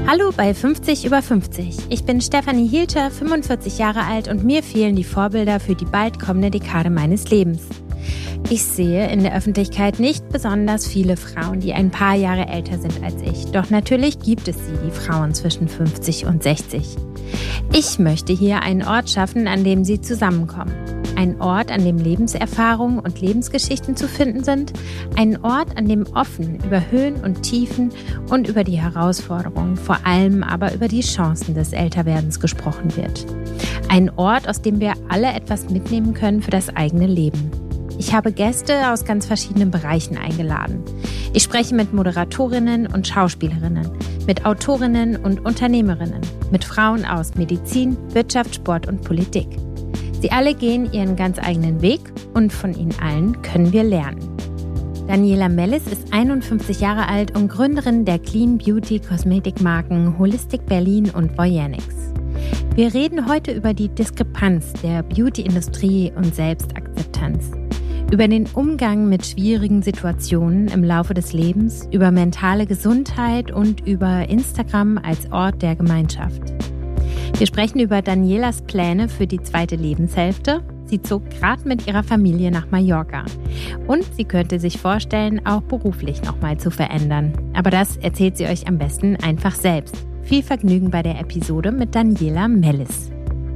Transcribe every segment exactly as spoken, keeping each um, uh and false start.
Hallo bei fünfzig über fünfzig. Ich bin Stefanie Hielscher, fünfundvierzig Jahre alt und mir fehlen die Vorbilder für die bald kommende Dekade meines Lebens. Ich sehe in der Öffentlichkeit nicht besonders viele Frauen, die ein paar Jahre älter sind als ich. Doch natürlich gibt es sie, die Frauen zwischen fünfzig und sechzig. Ich möchte hier einen Ort schaffen, an dem sie zusammenkommen. Ein Ort, an dem Lebenserfahrungen und Lebensgeschichten zu finden sind. Ein Ort, an dem offen über Höhen und Tiefen und über die Herausforderungen, vor allem aber über die Chancen des Älterwerdens gesprochen wird. Ein Ort, aus dem wir alle etwas mitnehmen können für das eigene Leben. Ich habe Gäste aus ganz verschiedenen Bereichen eingeladen. Ich spreche mit Moderatorinnen und Schauspielerinnen, mit Autorinnen und Unternehmerinnen, mit Frauen aus Medizin, Wirtschaft, Sport und Politik. Sie alle gehen ihren ganz eigenen Weg und von ihnen allen können wir lernen. Daniela Mellis ist einundfünfzig Jahre alt und Gründerin der Clean Beauty Kosmetikmarken Holistic Berlin und Voyanix. Wir reden heute über die Diskrepanz der Beauty-Industrie und Selbstakzeptanz, über den Umgang mit schwierigen Situationen im Laufe des Lebens, über mentale Gesundheit und über Instagram als Ort der Gemeinschaft. Wir sprechen über Danielas Pläne für die zweite Lebenshälfte. Sie zog gerade mit ihrer Familie nach Mallorca. Und sie könnte sich vorstellen, auch beruflich nochmal zu verändern. Aber das erzählt sie euch am besten einfach selbst. Viel Vergnügen bei der Episode mit Daniela Mellis.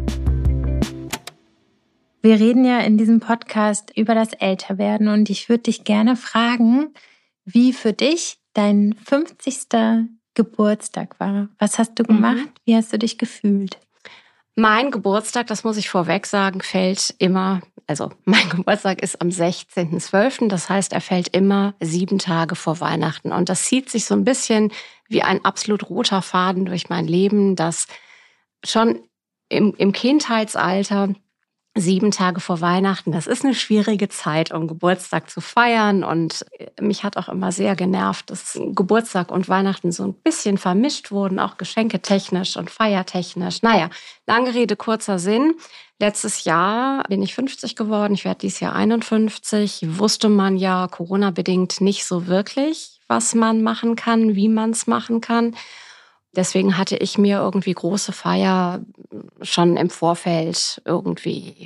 Wir reden ja in diesem Podcast über das Älterwerden und ich würde dich gerne fragen, wie für dich dein fünfzigster Geburtstag war. Was hast du gemacht? Mhm. Wie hast du dich gefühlt? Mein Geburtstag, das muss ich vorweg sagen, fällt immer, also mein Geburtstag ist am sechzehnten zwölften Das heißt, er fällt immer sieben Tage vor Weihnachten. Und das zieht sich so ein bisschen wie ein absolut roter Faden durch mein Leben, dass schon im, im Kindheitsalter Sieben Tage vor Weihnachten, das ist eine schwierige Zeit, um Geburtstag zu feiern. Und mich hat auch immer sehr genervt, dass Geburtstag und Weihnachten so ein bisschen vermischt wurden, auch geschenketechnisch und feiertechnisch. Naja, lange Rede, kurzer Sinn. Letztes Jahr bin ich fünfzig geworden, ich werde dieses Jahr einundfünfzig. Wusste man ja Corona-bedingt nicht so wirklich, was man machen kann, wie man es machen kann. Deswegen hatte ich mir irgendwie große Feier schon im Vorfeld irgendwie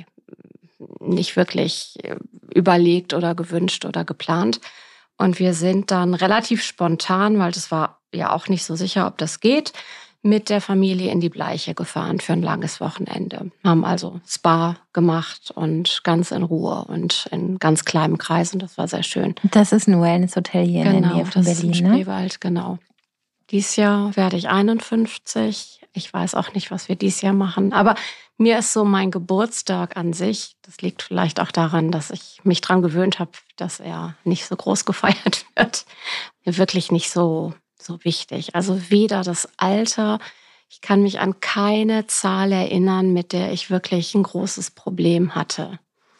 nicht wirklich überlegt oder gewünscht oder geplant. Und wir sind dann relativ spontan, weil das war ja auch nicht so sicher, ob das geht, mit der Familie in die Bleiche gefahren für ein langes Wochenende. Haben also Spa gemacht und ganz in Ruhe und in ganz kleinem Kreis und das war sehr schön. Das ist ein Wellness-Hotel hier genau, in der Nähe von das Berlin, ist ne? Spreewald, genau. Dieses Jahr werde ich einundfünfzig. Ich weiß auch nicht, was wir dieses Jahr machen. Aber mir ist so mein Geburtstag an sich, das liegt vielleicht auch daran, dass ich mich dran gewöhnt habe, dass er nicht so groß gefeiert wird, wirklich nicht so, so wichtig. Also weder das Alter, ich kann mich an keine Zahl erinnern, mit der ich wirklich ein großes Problem hatte.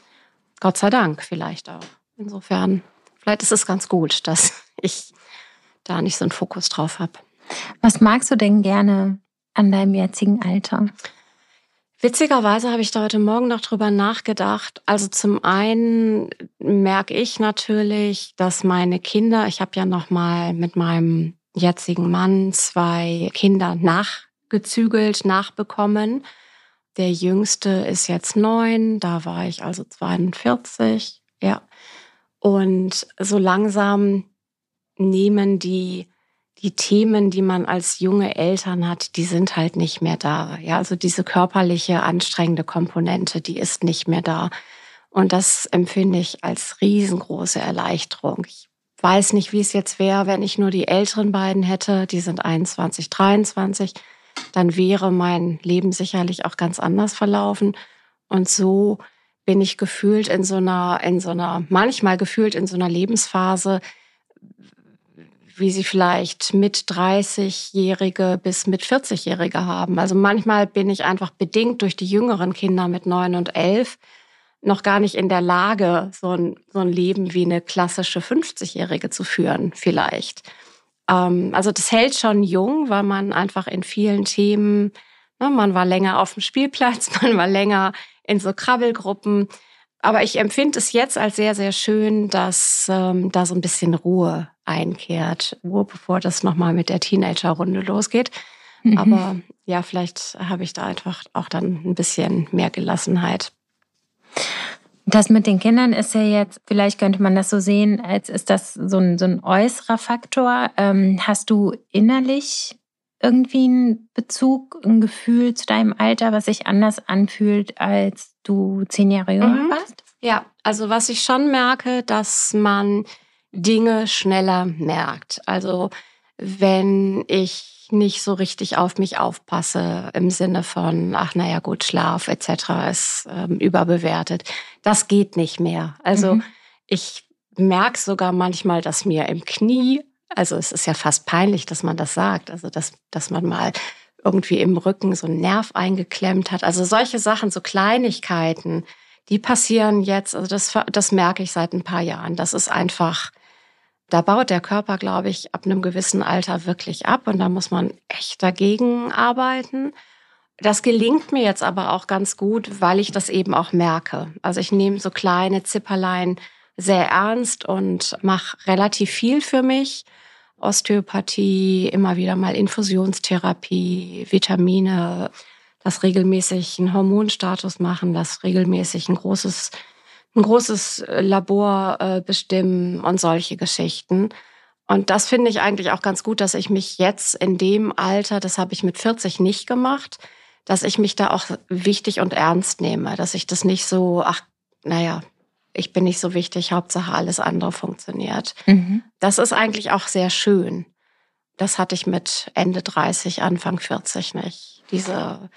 Gott sei Dank vielleicht auch. Insofern, vielleicht ist es ganz gut, dass ich da nicht so einen Fokus drauf habe. Was magst du denn gerne an deinem jetzigen Alter? Witzigerweise habe ich da heute Morgen noch drüber nachgedacht. Also zum einen merke ich natürlich, dass meine Kinder, ich habe ja noch mal mit meinem jetzigen Mann zwei Kinder nachgezügelt, nachbekommen. Der Jüngste ist jetzt neun, da war ich also zweiundvierzig, ja. Und so langsam nehmen die, die Themen, die man als junge Eltern hat, die sind halt nicht mehr da. Ja, also diese körperliche, anstrengende Komponente, die ist nicht mehr da. Und das empfinde ich als riesengroße Erleichterung. Ich weiß nicht, wie es jetzt wäre, wenn ich nur die älteren beiden hätte. Die sind einundzwanzig, dreiundzwanzig. Dann wäre mein Leben sicherlich auch ganz anders verlaufen. Und so bin ich gefühlt in so einer, in so einer, manchmal gefühlt in so einer Lebensphase, wie sie vielleicht mit dreißigjährige bis mit vierzigjährige haben. Also manchmal bin ich einfach bedingt durch die jüngeren Kinder mit neun und elf noch gar nicht in der Lage, so ein, so ein Leben wie eine klassische fünfzigjährige zu führen, vielleicht. Ähm, also das hält schon jung, weil man einfach in vielen Themen, ne, man war länger auf dem Spielplatz, man war länger in so Krabbelgruppen. Aber ich empfinde es jetzt als sehr, sehr schön, dass ähm, da so ein bisschen Ruhe einkehrt. Ruhe, bevor das nochmal mit der Teenagerrunde losgeht. Mhm. Aber ja, vielleicht habe ich da einfach auch dann ein bisschen mehr Gelassenheit. Das mit den Kindern ist ja jetzt, vielleicht könnte man das so sehen, als ist das so ein, so ein äußerer Faktor. Ähm, hast du innerlich irgendwie einen Bezug, ein Gefühl zu deinem Alter, was sich anders anfühlt, als du zehn Jahre jünger Mhm. warst? Ja, also was ich schon merke, dass man Dinge schneller merkt. Also wenn ich nicht so richtig auf mich aufpasse im Sinne von, ach naja gut, Schlaf et cetera ist ähm, überbewertet. Das geht nicht mehr. Also Mhm. ich merke sogar manchmal, dass mir im Knie, also es ist ja fast peinlich, dass man das sagt, also dass, dass man mal irgendwie im Rücken so einen Nerv eingeklemmt hat. Also solche Sachen, so Kleinigkeiten, die passieren jetzt, also das, das merke ich seit ein paar Jahren. Das ist einfach, da baut der Körper, glaube ich, ab einem gewissen Alter wirklich ab und da muss man echt dagegen arbeiten. Das gelingt mir jetzt aber auch ganz gut, weil ich das eben auch merke. Also ich nehme so kleine Zipperlein sehr ernst und mache relativ viel für mich. Osteopathie, immer wieder mal Infusionstherapie, Vitamine, das regelmäßig einen Hormonstatus machen, das regelmäßig ein großes, ein großes Labor äh, bestimmen und solche Geschichten. Und das finde ich eigentlich auch ganz gut, dass ich mich jetzt in dem Alter, das habe ich mit vierzig nicht gemacht, dass ich mich da auch wichtig und ernst nehme, dass ich das nicht so, ach, naja, ich bin nicht so wichtig, Hauptsache alles andere funktioniert. Mhm. Das ist eigentlich auch sehr schön. Das hatte ich mit Ende dreißig, Anfang vierzig nicht. Diese,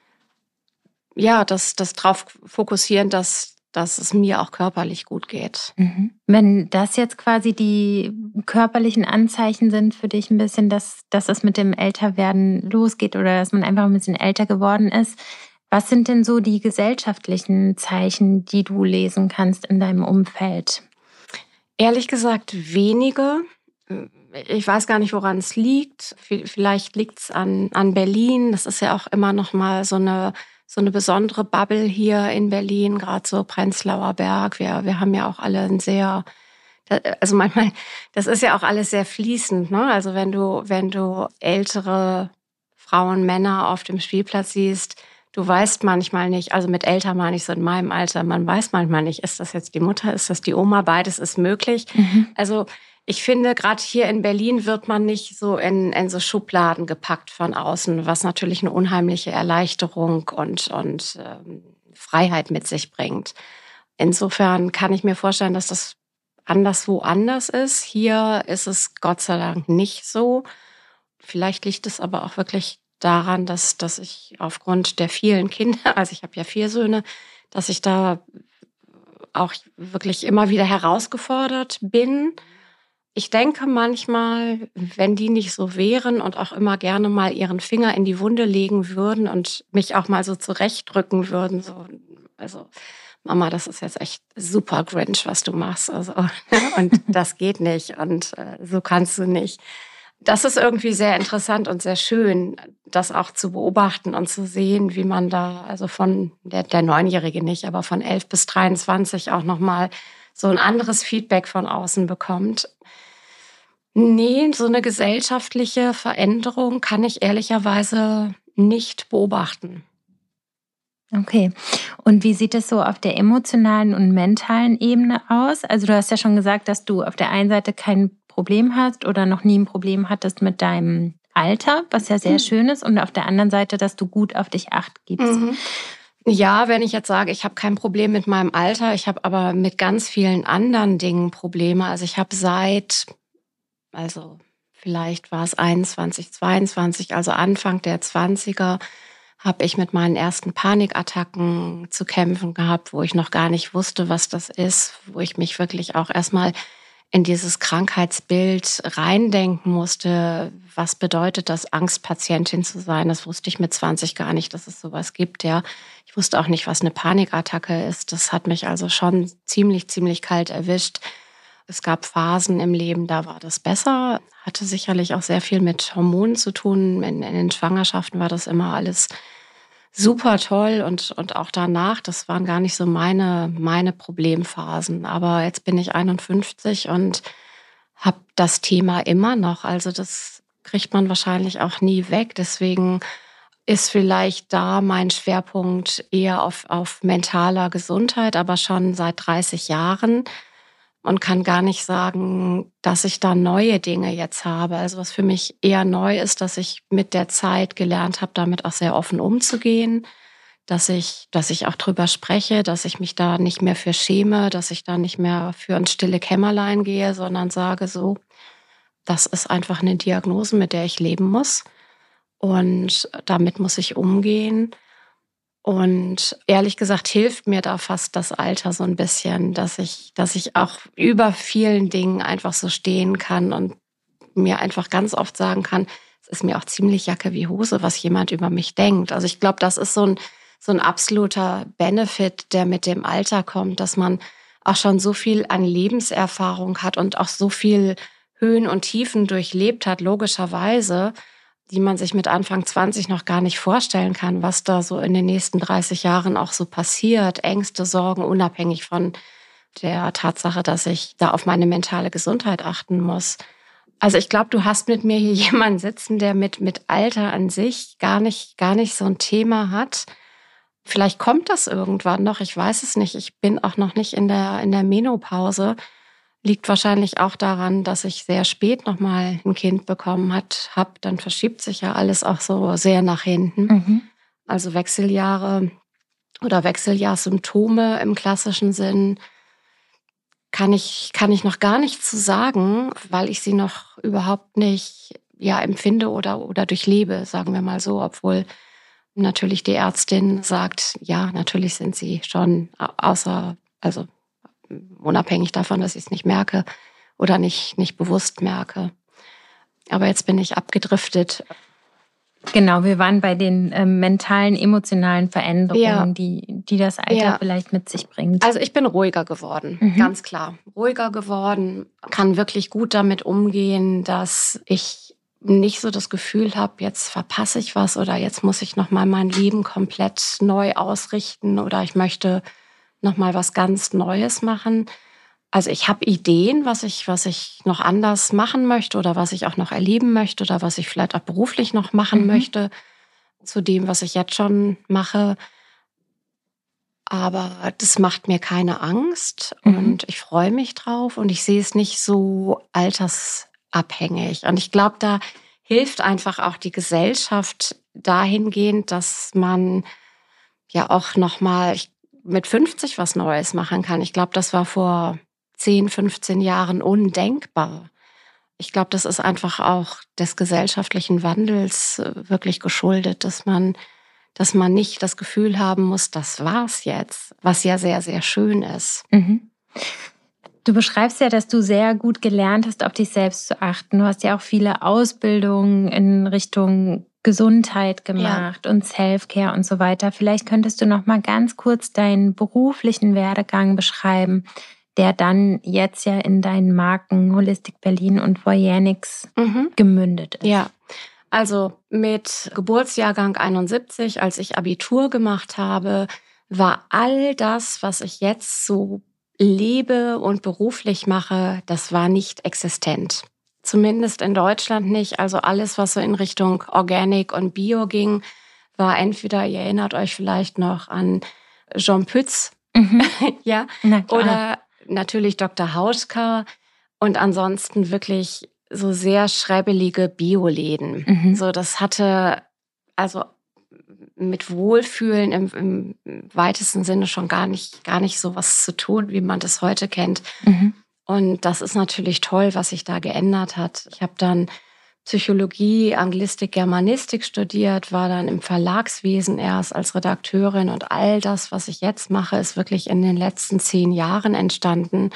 ja, das, das drauf fokussieren, dass, dass es mir auch körperlich gut geht. Mhm. Wenn das jetzt quasi die körperlichen Anzeichen sind für dich ein bisschen, dass, dass es mit dem Älterwerden losgeht oder dass man einfach ein bisschen älter geworden ist, was sind denn so die gesellschaftlichen Zeichen, die du lesen kannst in deinem Umfeld? Ehrlich gesagt, wenige. Ich weiß gar nicht, woran es liegt. Vielleicht liegt es an, an Berlin. Das ist ja auch immer noch mal so eine, so eine besondere Bubble hier in Berlin, gerade so Prenzlauer Berg. Wir, wir haben ja auch alle ein sehr, also manchmal, das ist ja auch alles sehr fließend, ne? Also wenn du, wenn du ältere Frauen, Männer auf dem Spielplatz siehst, du weißt manchmal nicht, also mit älter meine ich so in meinem Alter, man weiß manchmal nicht, ist das jetzt die Mutter, ist das die Oma, beides ist möglich. Mhm. Also ich finde, gerade hier in Berlin wird man nicht so in, in so Schubladen gepackt von außen, was natürlich eine unheimliche Erleichterung und, und ähm, Freiheit mit sich bringt. Insofern kann ich mir vorstellen, dass das anderswo anders ist. Hier ist es Gott sei Dank nicht so. Vielleicht liegt es aber auch wirklich daran, dass, dass ich aufgrund der vielen Kinder, also ich habe ja vier Söhne, dass ich da auch wirklich immer wieder herausgefordert bin. Ich denke manchmal, wenn die nicht so wären und auch immer gerne mal ihren Finger in die Wunde legen würden und mich auch mal so zurechtdrücken würden, so, also Mama, das ist jetzt echt super Grinch, was du machst, also und das geht nicht und äh, so kannst du nicht. Das ist irgendwie sehr interessant und sehr schön, das auch zu beobachten und zu sehen, wie man da, also von der, der Neunjährige nicht, aber von elf bis dreiundzwanzig auch nochmal so ein anderes Feedback von außen bekommt. Nee, so eine gesellschaftliche Veränderung kann ich ehrlicherweise nicht beobachten. Okay. Und wie sieht es so auf der emotionalen und mentalen Ebene aus? Also du hast ja schon gesagt, dass du auf der einen Seite kein Problem hast oder noch nie ein Problem hattest mit deinem Alter, was ja sehr mhm. schön ist. Und auf der anderen Seite, dass du gut auf dich Acht gibst. Mhm. Ja, wenn ich jetzt sage, ich habe kein Problem mit meinem Alter, ich habe aber mit ganz vielen anderen Dingen Probleme. Also ich habe seit, also vielleicht war es einundzwanzig, zweiundzwanzig, also Anfang der zwanziger, habe ich mit meinen ersten Panikattacken zu kämpfen gehabt, wo ich noch gar nicht wusste, was das ist, wo ich mich wirklich auch erstmal in dieses Krankheitsbild reindenken musste. Was bedeutet das, Angstpatientin zu sein? Das wusste ich mit zwanzig gar nicht, dass es sowas gibt, ja. Ich wusste auch nicht, was eine Panikattacke ist. Das hat mich also schon ziemlich, ziemlich kalt erwischt. Es gab Phasen im Leben, da war das besser. Hatte sicherlich auch sehr viel mit Hormonen zu tun. In, in den Schwangerschaften war das immer alles super toll und, und auch danach, das waren gar nicht so meine, meine Problemphasen. Aber jetzt bin ich einundfünfzig und habe das Thema immer noch. Also das kriegt man wahrscheinlich auch nie weg. Deswegen ist vielleicht da mein Schwerpunkt eher auf, auf mentaler Gesundheit, aber schon seit dreißig Jahren. Und kann gar nicht sagen, dass ich da neue Dinge jetzt habe. Also was für mich eher neu ist, dass ich mit der Zeit gelernt habe, damit auch sehr offen umzugehen, dass ich, dass ich auch drüber spreche, dass ich mich da nicht mehr für schäme, dass ich da nicht mehr für ins stille Kämmerlein gehe, sondern sage so, das ist einfach eine Diagnose, mit der ich leben muss. Und damit muss ich umgehen. Und ehrlich gesagt hilft mir da fast das Alter so ein bisschen, dass ich, dass ich auch über vielen Dingen einfach so stehen kann und mir einfach ganz oft sagen kann, es ist mir auch ziemlich Jacke wie Hose, was jemand über mich denkt. Also ich glaube, das ist so ein, so ein absoluter Benefit, der mit dem Alter kommt, dass man auch schon so viel an Lebenserfahrung hat und auch so viel Höhen und Tiefen durchlebt hat, logischerweise, die man sich mit Anfang zwanzig noch gar nicht vorstellen kann, was da so in den nächsten dreißig Jahren auch so passiert. Ängste, Sorgen, unabhängig von der Tatsache, dass ich da auf meine mentale Gesundheit achten muss. Also ich glaube, du hast mit mir hier jemanden sitzen, der mit, mit Alter an sich gar nicht, gar nicht so ein Thema hat. Vielleicht kommt das irgendwann noch, ich weiß es nicht. Ich bin auch noch nicht in der, in der Menopause. Liegt wahrscheinlich auch daran, dass ich sehr spät nochmal ein Kind bekommen hat, hab. Dann verschiebt sich ja alles auch so sehr nach hinten. Mhm. Also Wechseljahre oder Wechseljahrssymptome im klassischen Sinn kann ich, kann ich noch gar nicht zu sagen, weil ich sie noch überhaupt nicht ja, empfinde oder, oder durchlebe, sagen wir mal so. Obwohl natürlich die Ärztin sagt, ja, natürlich sind sie schon außer, also unabhängig davon, dass ich es nicht merke oder nicht, nicht bewusst merke. Aber jetzt bin ich abgedriftet. Genau, wir waren bei den äh, mentalen, emotionalen Veränderungen, ja. die, die das Alter ja. vielleicht mit sich bringt. Also ich bin ruhiger geworden, mhm. ganz klar. Ruhiger geworden, kann wirklich gut damit umgehen, dass ich nicht so das Gefühl habe, jetzt verpasse ich was oder jetzt muss ich nochmal mein Leben komplett neu ausrichten oder ich möchte noch mal was ganz Neues machen. Also ich habe Ideen, was ich, was ich noch anders machen möchte oder was ich auch noch erleben möchte oder was ich vielleicht auch beruflich noch machen mhm. möchte, zu dem, was ich jetzt schon mache. Aber das macht mir keine Angst mhm. und ich freue mich drauf und ich sehe es nicht so altersabhängig. Und ich glaube, da hilft einfach auch die Gesellschaft dahingehend, dass man ja auch noch mal mit fünfzig was Neues machen kann. Ich glaube, das war vor zehn, fünfzehn Jahren undenkbar. Ich glaube, das ist einfach auch des gesellschaftlichen Wandels wirklich geschuldet, dass man, dass man nicht das Gefühl haben muss, das war's jetzt, was ja sehr, sehr schön ist. Mhm. Du beschreibst ja, dass du sehr gut gelernt hast, auf dich selbst zu achten. Du hast ja auch viele Ausbildungen in Richtung Gesundheit gemacht ja. und Self-Care und so weiter. Vielleicht könntest du noch mal ganz kurz deinen beruflichen Werdegang beschreiben, der dann jetzt ja in deinen Marken Holistic Berlin und Voyanix mhm. gemündet ist. Ja, also mit Geburtsjahrgang einundsiebzig, als ich Abitur gemacht habe, war all das, was ich jetzt so lebe und beruflich mache, das war nicht existent. Zumindest in Deutschland nicht. Also alles, was so in Richtung Organic und Bio ging, war entweder, ihr erinnert euch vielleicht noch an Jean Pütz, mhm. ja, oder natürlich Doktor Hauschka und ansonsten wirklich so sehr schrebbelige Bioläden. Mhm. So, das hatte also mit Wohlfühlen im, im weitesten Sinne schon gar nicht, gar nicht so was zu tun, wie man das heute kennt. Mhm. Und das ist natürlich toll, was sich da geändert hat. Ich habe dann Psychologie, Anglistik, Germanistik studiert, war dann im Verlagswesen erst als Redakteurin und all das, was ich jetzt mache, ist wirklich in den letzten zehn Jahren entstanden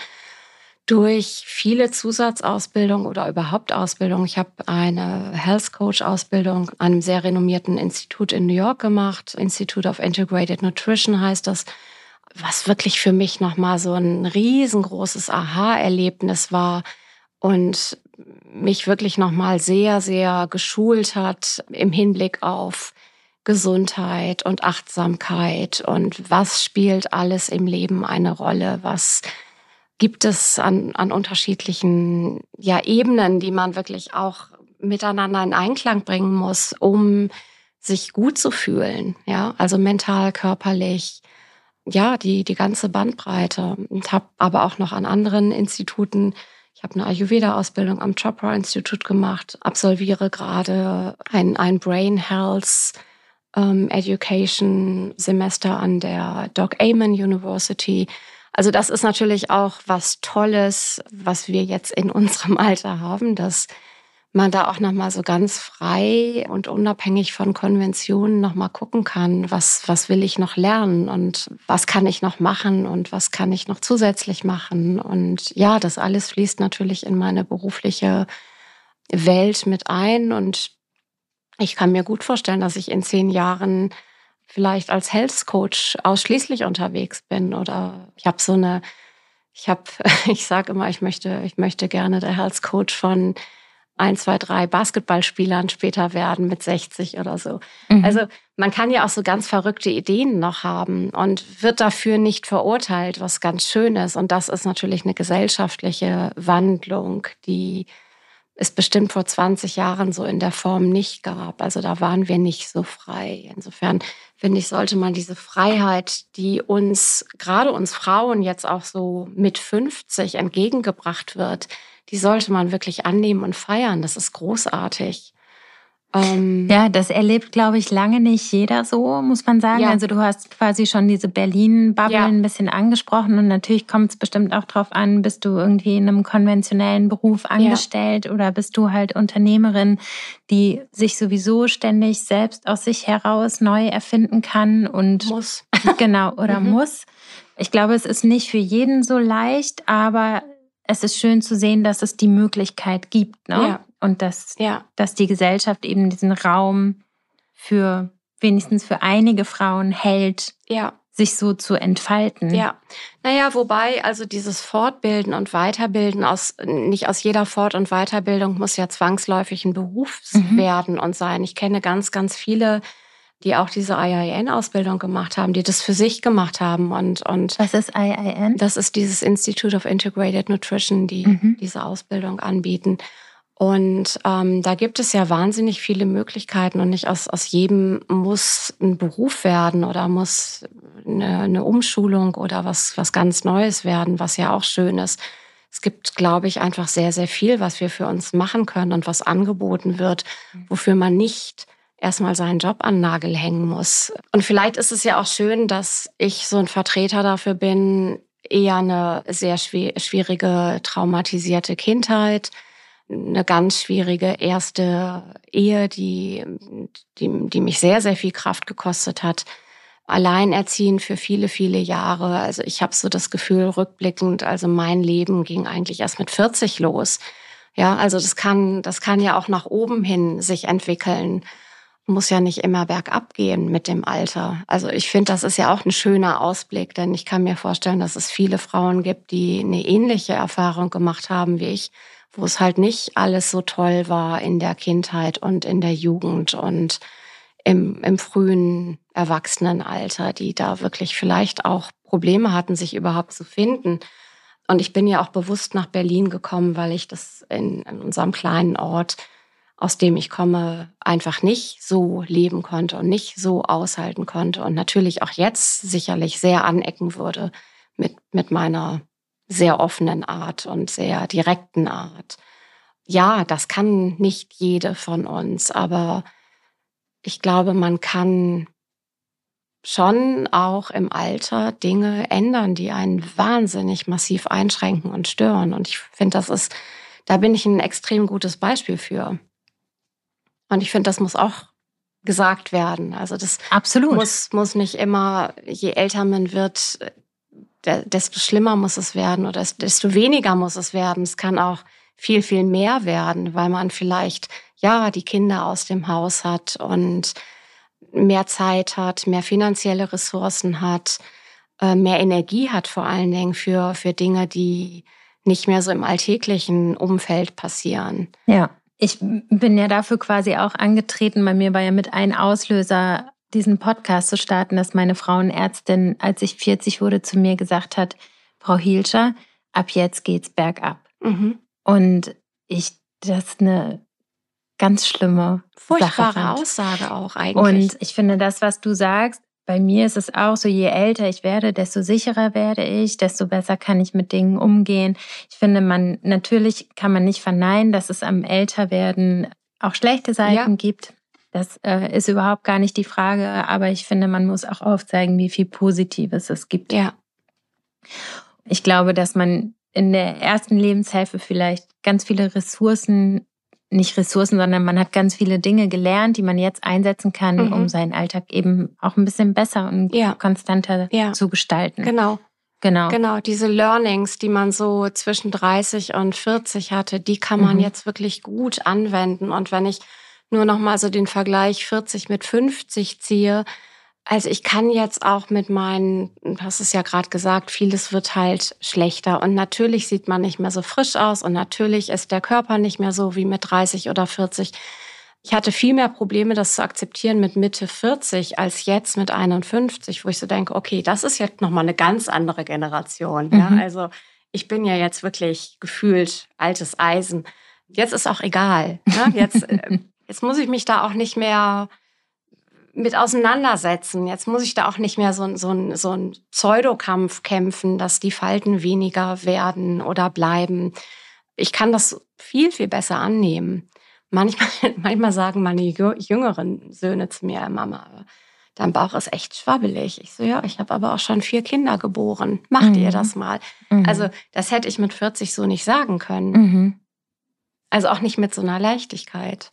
durch viele Zusatzausbildungen oder überhaupt Ausbildung. Ich habe eine Health Coach Ausbildung an einem sehr renommierten Institut in New York gemacht. Institute of Integrated Nutrition heißt das, was wirklich für mich nochmal so ein riesengroßes Aha-Erlebnis war und mich wirklich nochmal sehr, sehr geschult hat im Hinblick auf Gesundheit und Achtsamkeit und was spielt alles im Leben eine Rolle, was gibt es an, an unterschiedlichen ja, Ebenen, die man wirklich auch miteinander in Einklang bringen muss, um sich gut zu fühlen, ja, also mental, körperlich, ja, die die ganze Bandbreite. Und habe aber auch noch an anderen Instituten, ich habe eine Ayurveda-Ausbildung am Chopra-Institut gemacht, absolviere gerade ein, ein Brain Health ähm, Education Semester an der Doc Amen University. Also das ist natürlich auch was Tolles, was wir jetzt in unserem Alter haben, dass man da auch nochmal so ganz frei und unabhängig von Konventionen nochmal gucken kann, was, was will ich noch lernen und was kann ich noch machen und was kann ich noch zusätzlich machen. Und ja, das alles fließt natürlich in meine berufliche Welt mit ein. Und ich kann mir gut vorstellen, dass ich in zehn Jahren vielleicht als Health Coach ausschließlich unterwegs bin. Oder ich habe so eine, ich habe, ich sage immer, ich möchte, ich möchte gerne der Health Coach von ein, zwei, drei Basketballspielern später werden mit sechzig oder so. Mhm. Also man kann ja auch so ganz verrückte Ideen noch haben und wird dafür nicht verurteilt, was ganz schön ist. Und das ist natürlich eine gesellschaftliche Wandlung, die es bestimmt vor zwanzig Jahren so in der Form nicht gab. Also da waren wir nicht so frei. Insofern finde ich, sollte man diese Freiheit, die uns, gerade uns Frauen jetzt auch so mit fünfzig entgegengebracht wird, die sollte man wirklich annehmen und feiern. Das ist großartig. Ähm ja, das erlebt, glaube ich, lange nicht jeder so, muss man sagen. Ja. Also du hast quasi schon diese Berlin-Bubble ja. ein bisschen angesprochen und natürlich kommt es bestimmt auch drauf an, bist du irgendwie in einem konventionellen Beruf angestellt ja. oder bist du halt Unternehmerin, die sich sowieso ständig selbst aus sich heraus neu erfinden kann und muss. Genau, oder mhm. muss. Ich glaube, es ist nicht für jeden so leicht, aber es ist schön zu sehen, dass es die Möglichkeit gibt, ne? Ja. Und dass, ja. dass die Gesellschaft eben diesen Raum für wenigstens für einige Frauen hält, ja. sich so zu entfalten. Ja, naja, wobei also dieses Fortbilden und Weiterbilden, aus nicht aus jeder Fort- und Weiterbildung muss ja zwangsläufig ein Beruf mhm. werden und sein. Ich kenne ganz, ganz viele, die auch diese I I N-Ausbildung gemacht haben, die das für sich gemacht haben. Und, und was ist I I N? Das ist dieses Institute of Integrated Nutrition, die mhm. diese Ausbildung anbieten. Und ähm, da gibt es ja wahnsinnig viele Möglichkeiten und nicht aus, aus jedem muss ein Beruf werden oder muss eine, eine Umschulung oder was, was ganz Neues werden, was ja auch schön ist. Es gibt, glaube ich, einfach sehr, sehr viel, was wir für uns machen können und was angeboten wird, wofür man nicht erstmal seinen Job an den Nagel hängen muss. Und vielleicht ist es ja auch schön, dass ich so ein Vertreter dafür bin, eher eine sehr schwierige, traumatisierte Kindheit, eine ganz schwierige erste Ehe, die, die, die mich sehr, sehr viel Kraft gekostet hat. Alleinerziehend für viele, viele Jahre. Also ich habe so das Gefühl, rückblickend, also mein Leben ging eigentlich erst mit vierzig los. Ja, also das kann, das kann ja auch nach oben hin sich entwickeln. Muss ja nicht immer bergab gehen mit dem Alter. Also ich finde, das ist ja auch ein schöner Ausblick, denn ich kann mir vorstellen, dass es viele Frauen gibt, die eine ähnliche Erfahrung gemacht haben wie ich, wo es halt nicht alles so toll war in der Kindheit und in der Jugend und im, im frühen Erwachsenenalter, die da wirklich vielleicht auch Probleme hatten, sich überhaupt zu finden. Und ich bin ja auch bewusst nach Berlin gekommen, weil ich das in, in unserem kleinen Ort, aus dem ich komme, einfach nicht so leben konnte und nicht so aushalten konnte und natürlich auch jetzt sicherlich sehr anecken würde mit, mit meiner sehr offenen Art und sehr direkten Art. Ja, das kann nicht jede von uns, aber ich glaube, man kann schon auch im Alter Dinge ändern, die einen wahnsinnig massiv einschränken und stören. Und ich finde, das ist, da bin ich ein extrem gutes Beispiel für. Und ich finde, das muss auch gesagt werden. Also das Absolut. muss muss nicht immer, je älter man wird, desto schlimmer muss es werden oder desto weniger muss es werden. Es kann auch viel, viel mehr werden, weil man vielleicht, ja, die Kinder aus dem Haus hat und mehr Zeit hat, mehr finanzielle Ressourcen hat, mehr Energie hat vor allen Dingen für, für Dinge, die nicht mehr so im alltäglichen Umfeld passieren. Ja. Ich bin ja dafür quasi auch angetreten. Bei mir war ja mit ein Auslöser, diesen Podcast zu starten, dass meine Frauenärztin, als ich vierzig wurde, zu mir gesagt hat, Frau Hielscher, ab jetzt geht's bergab. Mhm. Und ich das eine ganz schlimme Furchtbare Sache fand. Aussage auch eigentlich. Und ich finde, das, was du sagst, bei mir ist es auch so, je älter ich werde, desto sicherer werde ich, desto besser kann ich mit Dingen umgehen. Ich finde, man natürlich kann man nicht verneinen, dass es am Älterwerden auch schlechte Seiten ja. gibt. Das äh, ist überhaupt gar nicht die Frage. Aber ich finde, man muss auch aufzeigen, wie viel Positives es gibt. Ja. Ich glaube, dass man in der ersten Lebenshälfte vielleicht ganz viele Ressourcen, nicht Ressourcen, sondern man hat ganz viele Dinge gelernt, die man jetzt einsetzen kann, mhm. um seinen Alltag eben auch ein bisschen besser und ja. konstanter ja. zu gestalten. Genau. Genau. Genau, diese Learnings, die man so zwischen dreißig und vierzig hatte, die kann man mhm. jetzt wirklich gut anwenden. Und wenn ich nur noch mal so den Vergleich vierzig mit fünfzig ziehe, also ich kann jetzt auch mit meinen, du hast es ja gerade gesagt, vieles wird halt schlechter. Und natürlich sieht man nicht mehr so frisch aus und natürlich ist der Körper nicht mehr so wie mit dreißig oder vierzig. Ich hatte viel mehr Probleme, das zu akzeptieren mit Mitte vierzig als jetzt mit einundfünfzig, wo ich so denke, okay, das ist jetzt nochmal eine ganz andere Generation. Mhm. Ja? Also ich bin ja jetzt wirklich gefühlt altes Eisen. Jetzt ist auch egal. Ne? Jetzt, jetzt muss ich mich da auch nicht mehr mit auseinandersetzen. Jetzt muss ich da auch nicht mehr so, so, so einen Pseudokampf kämpfen, dass die Falten weniger werden oder bleiben. Ich kann das viel, viel besser annehmen. Manchmal, manchmal sagen meine jüngeren Söhne zu mir, Mama, dein Bauch ist echt schwabbelig. Ich so, ja, ich habe aber auch schon vier Kinder geboren. Macht mhm. ihr das mal? Mhm. Also das hätte ich mit vierzig so nicht sagen können. Mhm. Also auch nicht mit so einer Leichtigkeit.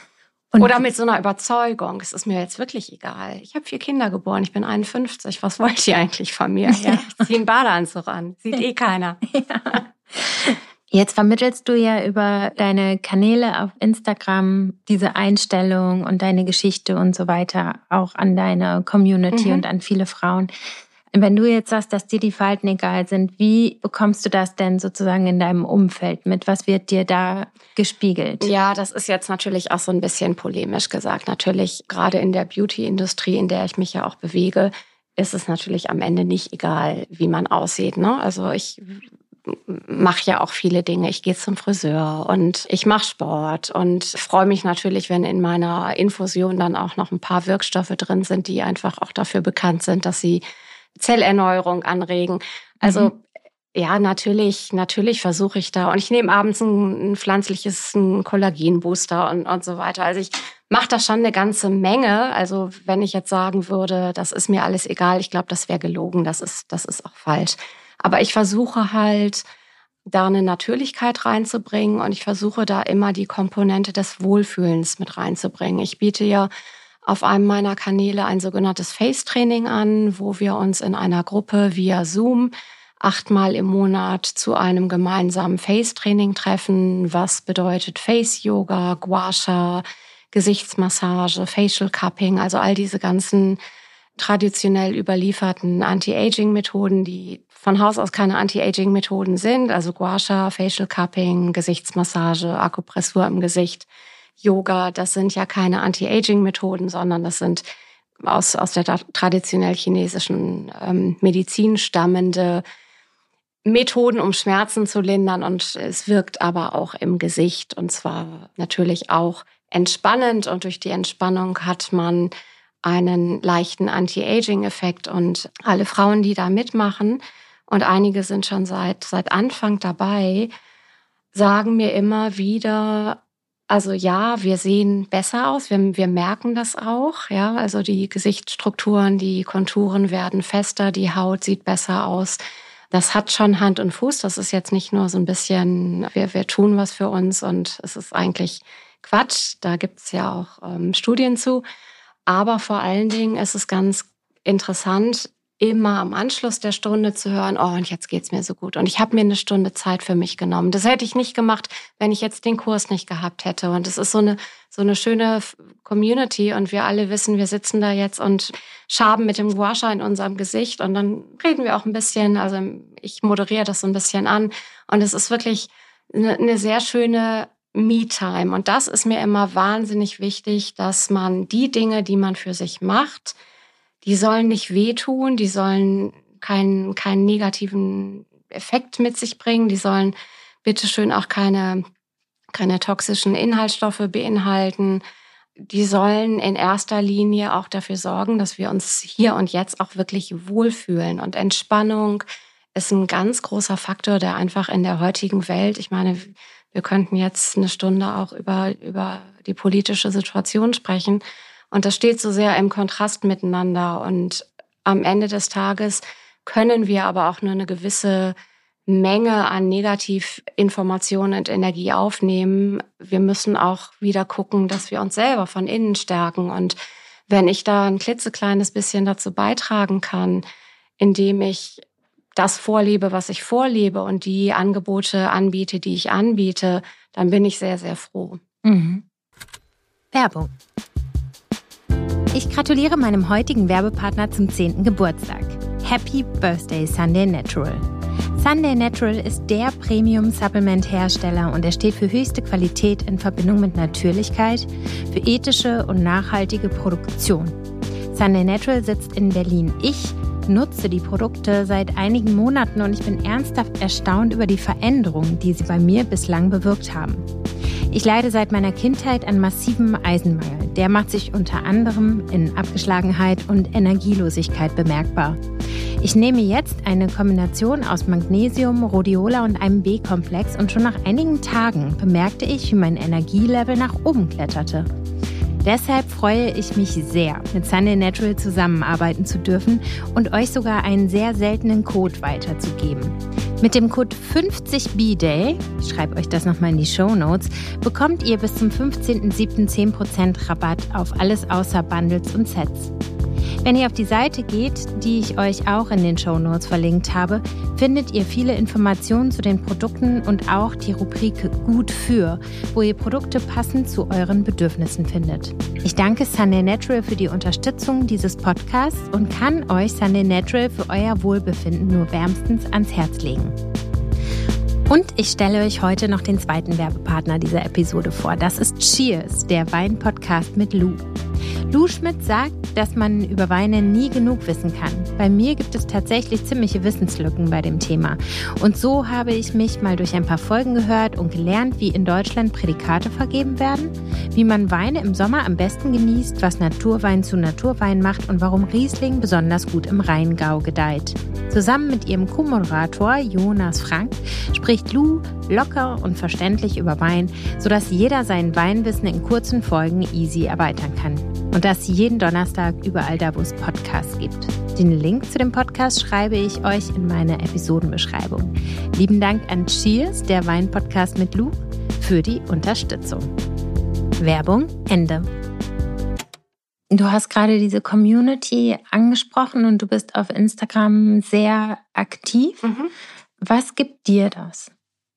Und oder mit so einer Überzeugung, es ist mir jetzt wirklich egal. Ich habe vier Kinder geboren, ich bin einundfünfzig. Was wollt ihr eigentlich von mir? Ja, ich ziehe einen Badeanzug an. Sieht eh keiner. Ja. Jetzt vermittelst du ja über deine Kanäle auf Instagram diese Einstellung und deine Geschichte und so weiter auch an deine Community mhm. und an viele Frauen. Wenn du jetzt sagst, dass dir die Falten egal sind, wie bekommst du das denn sozusagen in deinem Umfeld mit? Was wird dir da gespiegelt? Ja, das ist jetzt natürlich auch so ein bisschen polemisch gesagt. Natürlich, gerade in der Beauty-Industrie, in der ich mich ja auch bewege, ist es natürlich am Ende nicht egal, wie man aussieht. Ne? Also ich mache ja auch viele Dinge. Ich gehe zum Friseur und ich mache Sport und freue mich natürlich, wenn in meiner Infusion dann auch noch ein paar Wirkstoffe drin sind, die einfach auch dafür bekannt sind, dass sie Zellerneuerung anregen. Also mhm. ja, natürlich, natürlich versuche ich da. Und ich nehme abends ein, ein pflanzliches ein Kollagenbooster und, und so weiter. Also ich mache da schon eine ganze Menge. Also wenn ich jetzt sagen würde, das ist mir alles egal, ich glaube, das wäre gelogen. Das ist, das ist auch falsch. Aber ich versuche halt, da eine Natürlichkeit reinzubringen. Und ich versuche da immer die Komponente des Wohlfühlens mit reinzubringen. Ich biete ja auf einem meiner Kanäle ein sogenanntes Face-Training an, wo wir uns in einer Gruppe via Zoom achtmal im Monat zu einem gemeinsamen Face-Training treffen. Was bedeutet Face-Yoga, Gua Sha, Gesichtsmassage, Facial Cupping, also all diese ganzen traditionell überlieferten Anti-Aging-Methoden, die von Haus aus keine Anti-Aging-Methoden sind, also Gua Sha, Facial Cupping, Gesichtsmassage, Akupressur im Gesicht, Yoga, das sind ja keine Anti-Aging-Methoden, sondern das sind aus, aus der traditionell chinesischen ähm, Medizin stammende Methoden, um Schmerzen zu lindern. Und es wirkt aber auch im Gesicht und zwar natürlich auch entspannend. Und durch die Entspannung hat man einen leichten Anti-Aging-Effekt. Und alle Frauen, die da mitmachen, und einige sind schon seit, seit Anfang dabei, sagen mir immer wieder, also ja, wir sehen besser aus, wir, wir merken das auch, ja, also die Gesichtsstrukturen, die Konturen werden fester, die Haut sieht besser aus. Das hat schon Hand und Fuß, das ist jetzt nicht nur so ein bisschen, wir, wir tun was für uns und es ist eigentlich Quatsch, da gibt's ja auch ähm, Studien zu. Aber vor allen Dingen ist es ganz interessant, immer am Anschluss der Stunde zu hören, oh, und jetzt geht's mir so gut. Und ich habe mir eine Stunde Zeit für mich genommen. Das hätte ich nicht gemacht, wenn ich jetzt den Kurs nicht gehabt hätte. Und es ist so eine, so eine schöne Community. Und wir alle wissen, wir sitzen da jetzt und schaben mit dem Gua Sha in unserem Gesicht. Und dann reden wir auch ein bisschen, also ich moderiere das so ein bisschen an. Und es ist wirklich eine, eine sehr schöne Me-Time. Und das ist mir immer wahnsinnig wichtig, dass man die Dinge, die man für sich macht, die sollen nicht wehtun, die sollen keinen, keinen negativen Effekt mit sich bringen, die sollen bitteschön auch keine keine toxischen Inhaltsstoffe beinhalten. Die sollen in erster Linie auch dafür sorgen, dass wir uns hier und jetzt auch wirklich wohlfühlen. Und Entspannung ist ein ganz großer Faktor, der einfach in der heutigen Welt, ich meine, wir könnten jetzt eine Stunde auch über, über die politische Situation sprechen. Und das steht so sehr im Kontrast miteinander. Und am Ende des Tages können wir aber auch nur eine gewisse Menge an Negativinformationen und Energie aufnehmen. Wir müssen auch wieder gucken, dass wir uns selber von innen stärken. Und wenn ich da ein klitzekleines bisschen dazu beitragen kann, indem ich das vorlebe, was ich vorlebe und die Angebote anbiete, die ich anbiete, dann bin ich sehr, sehr froh. Mhm. Werbung. Ich gratuliere meinem heutigen Werbepartner zum zehnten Geburtstag. Happy Birthday Sunday Natural. Sunday Natural ist der Premium-Supplement-Hersteller und er steht für höchste Qualität in Verbindung mit Natürlichkeit, für ethische und nachhaltige Produktion. Sunday Natural sitzt in Berlin. Ich nutze die Produkte seit einigen Monaten und ich bin ernsthaft erstaunt über die Veränderungen, die sie bei mir bislang bewirkt haben. Ich leide seit meiner Kindheit an massivem Eisenmangel. Der macht sich unter anderem in Abgeschlagenheit und Energielosigkeit bemerkbar. Ich nehme jetzt eine Kombination aus Magnesium, Rhodiola und einem B-Komplex und schon nach einigen Tagen bemerkte ich, wie mein Energielevel nach oben kletterte. Deshalb freue ich mich sehr, mit Sunday Natural zusammenarbeiten zu dürfen und euch sogar einen sehr seltenen Code weiterzugeben. Mit dem Code fünfzig B Day, ich schreibe euch das nochmal in die Shownotes, bekommt ihr bis zum fünfzehnten siebten zehn Prozent Rabatt auf alles außer Bundles und Sets. Wenn ihr auf die Seite geht, die ich euch auch in den Shownotes verlinkt habe, findet ihr viele Informationen zu den Produkten und auch die Rubrik Gut für, wo ihr Produkte passend zu euren Bedürfnissen findet. Ich danke Sunday Natural für die Unterstützung dieses Podcasts und kann euch Sunday Natural für euer Wohlbefinden nur wärmstens ans Herz legen. Und ich stelle euch heute noch den zweiten Werbepartner dieser Episode vor. Das ist Cheers, der Wein-Podcast mit Lou. Lou Schmidt sagt, dass man über Weine nie genug wissen kann. Bei mir gibt es tatsächlich ziemliche Wissenslücken bei dem Thema. Und so habe ich mich mal durch ein paar Folgen gehört und gelernt, wie in Deutschland Prädikate vergeben werden, wie man Weine im Sommer am besten genießt, was Naturwein zu Naturwein macht und warum Riesling besonders gut im Rheingau gedeiht. Zusammen mit ihrem Co-Moderator Jonas Frank spricht Lou locker und verständlich über Wein, sodass jeder sein Weinwissen in kurzen Folgen easy erweitern kann. Und das jeden Donnerstag überall da, wo es Podcasts gibt. Den Link zu dem Podcast schreibe ich euch in meine Episodenbeschreibung. Lieben Dank an Cheers, der Wein-Podcast mit Lou, für die Unterstützung. Werbung Ende. Du hast gerade diese Community angesprochen und du bist auf Instagram sehr aktiv. Mhm. Was gibt dir das?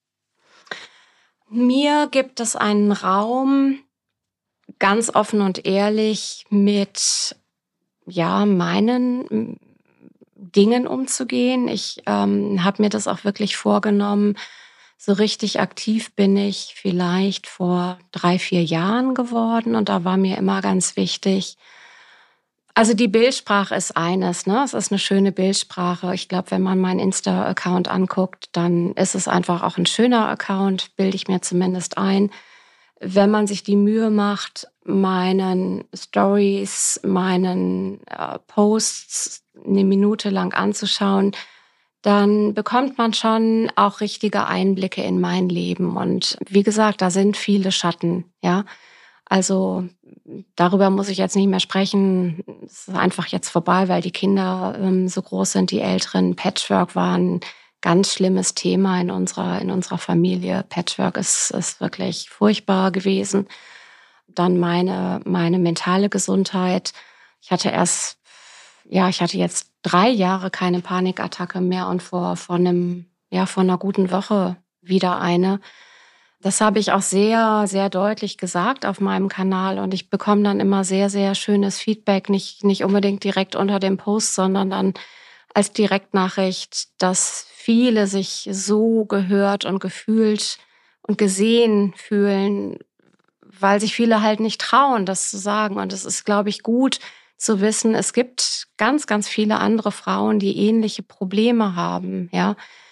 Mir gibt es einen Raum, ganz offen und ehrlich mit ja meinen Dingen umzugehen. Ich ähm, habe mir das auch wirklich vorgenommen. So richtig aktiv bin ich vielleicht vor drei, vier Jahren geworden und da war mir immer ganz wichtig, also die Bildsprache ist eines, ne? Es ist eine schöne Bildsprache. Ich glaube, wenn man meinen Insta-Account anguckt, dann ist es einfach auch ein schöner Account, bilde ich mir zumindest ein. Wenn man sich die Mühe macht, meinen Stories, meinen äh, Posts eine Minute lang anzuschauen, dann bekommt man schon auch richtige Einblicke in mein Leben. Und wie gesagt, da sind viele Schatten, ja. Also darüber muss ich jetzt nicht mehr sprechen. Es ist einfach jetzt vorbei, weil die Kinder ähm, so groß sind, die Älteren. Patchwork war ein ganz schlimmes Thema in unserer, in unserer Familie. Patchwork ist, ist wirklich furchtbar gewesen. Dann meine, meine mentale Gesundheit. Ich hatte erst, ja, ich hatte jetzt drei Jahre keine Panikattacke mehr und vor, vor einem, ja, vor einer guten Woche wieder eine. Das habe ich auch sehr, sehr deutlich gesagt auf meinem Kanal und ich bekomme dann immer sehr, sehr schönes Feedback, nicht, nicht unbedingt direkt unter dem Post, sondern dann als Direktnachricht, dass viele sich so gehört und gefühlt und gesehen fühlen, weil sich viele halt nicht trauen, das zu sagen. Und es ist, glaube ich, gut zu wissen, es gibt ganz, ganz viele andere Frauen, die ähnliche Probleme haben, ja.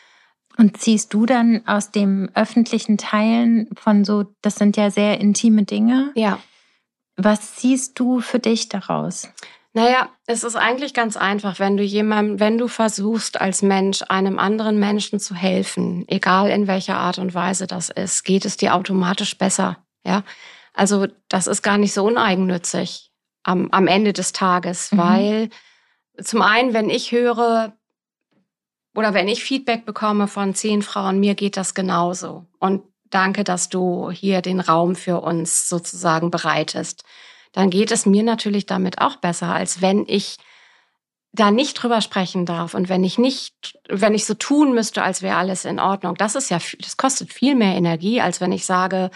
Und ziehst du dann aus dem öffentlichen Teilen von so, das sind ja sehr intime Dinge. Ja. Was ziehst du für dich daraus? Naja, es ist eigentlich ganz einfach, wenn du jemandem, wenn du versuchst, als Mensch einem anderen Menschen zu helfen, egal in welcher Art und Weise das ist, geht es dir automatisch besser. Ja, also das ist gar nicht so uneigennützig am, am Ende des Tages, mhm. weil zum einen, wenn ich höre oder wenn ich Feedback bekomme von zehn Frauen, mir geht das genauso. Und danke, dass du hier den Raum für uns sozusagen bereitest. Dann geht es mir natürlich damit auch besser, als wenn ich da nicht drüber sprechen darf und wenn ich nicht, wenn ich so tun müsste, als wäre alles in Ordnung. Das ist ja, das kostet viel mehr Energie, als wenn ich sage,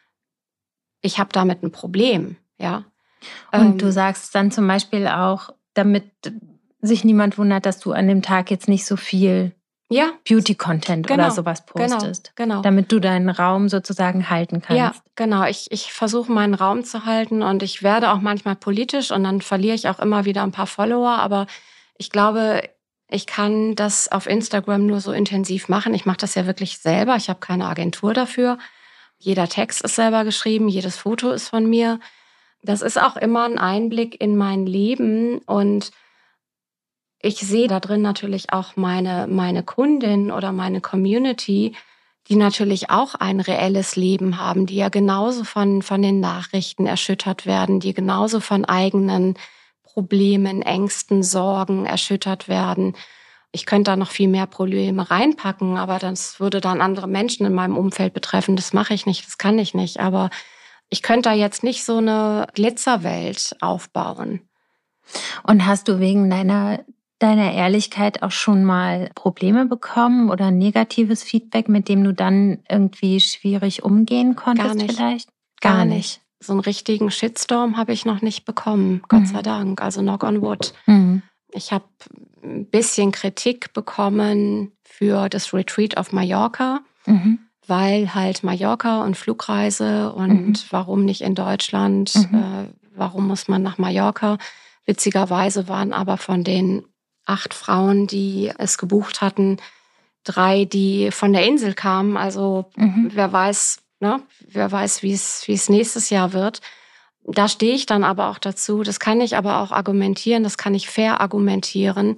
ich habe damit ein Problem, ja. Und ähm, du sagst dann zum Beispiel auch, damit sich niemand wundert, dass du an dem Tag jetzt nicht so viel ja, Beauty-Content genau, oder sowas postest. Genau, genau. Damit du deinen Raum sozusagen halten kannst. Ja, genau. Ich, ich versuche meinen Raum zu halten und ich werde auch manchmal politisch und dann verliere ich auch immer wieder ein paar Follower. Aber ich glaube, ich kann das auf Instagram nur so intensiv machen. Ich mache das ja wirklich selber. Ich habe keine Agentur dafür. Jeder Text ist selber geschrieben, jedes Foto ist von mir. Das ist auch immer ein Einblick in mein Leben und ich sehe da drin natürlich auch meine, meine Kundin oder meine Community, die natürlich auch ein reelles Leben haben, die ja genauso von, von den Nachrichten erschüttert werden, die genauso von eigenen Problemen, Ängsten, Sorgen erschüttert werden. Ich könnte da noch viel mehr Probleme reinpacken, aber das würde dann andere Menschen in meinem Umfeld betreffen. Das mache ich nicht, das kann ich nicht. Aber ich könnte da jetzt nicht so eine Glitzerwelt aufbauen. Und hast du wegen deiner deiner Ehrlichkeit auch schon mal Probleme bekommen oder negatives Feedback, mit dem du dann irgendwie schwierig umgehen konntest Gar nicht. vielleicht? Gar, Gar nicht. nicht. So einen richtigen Shitstorm habe ich noch nicht bekommen, Gott mhm. sei Dank. Also knock on wood. Mhm. Ich habe ein bisschen Kritik bekommen für das Retreat auf Mallorca, mhm. weil halt Mallorca und Flugreise und mhm. warum nicht in Deutschland, mhm. äh, warum muss man nach Mallorca? Witzigerweise waren aber von den acht Frauen, die es gebucht hatten, drei, die von der Insel kamen. Also mhm. wer weiß, ne, wer weiß, wie es wie es nächstes Jahr wird. Da stehe ich dann aber auch dazu. Das kann ich aber auch argumentieren, das kann ich fair argumentieren.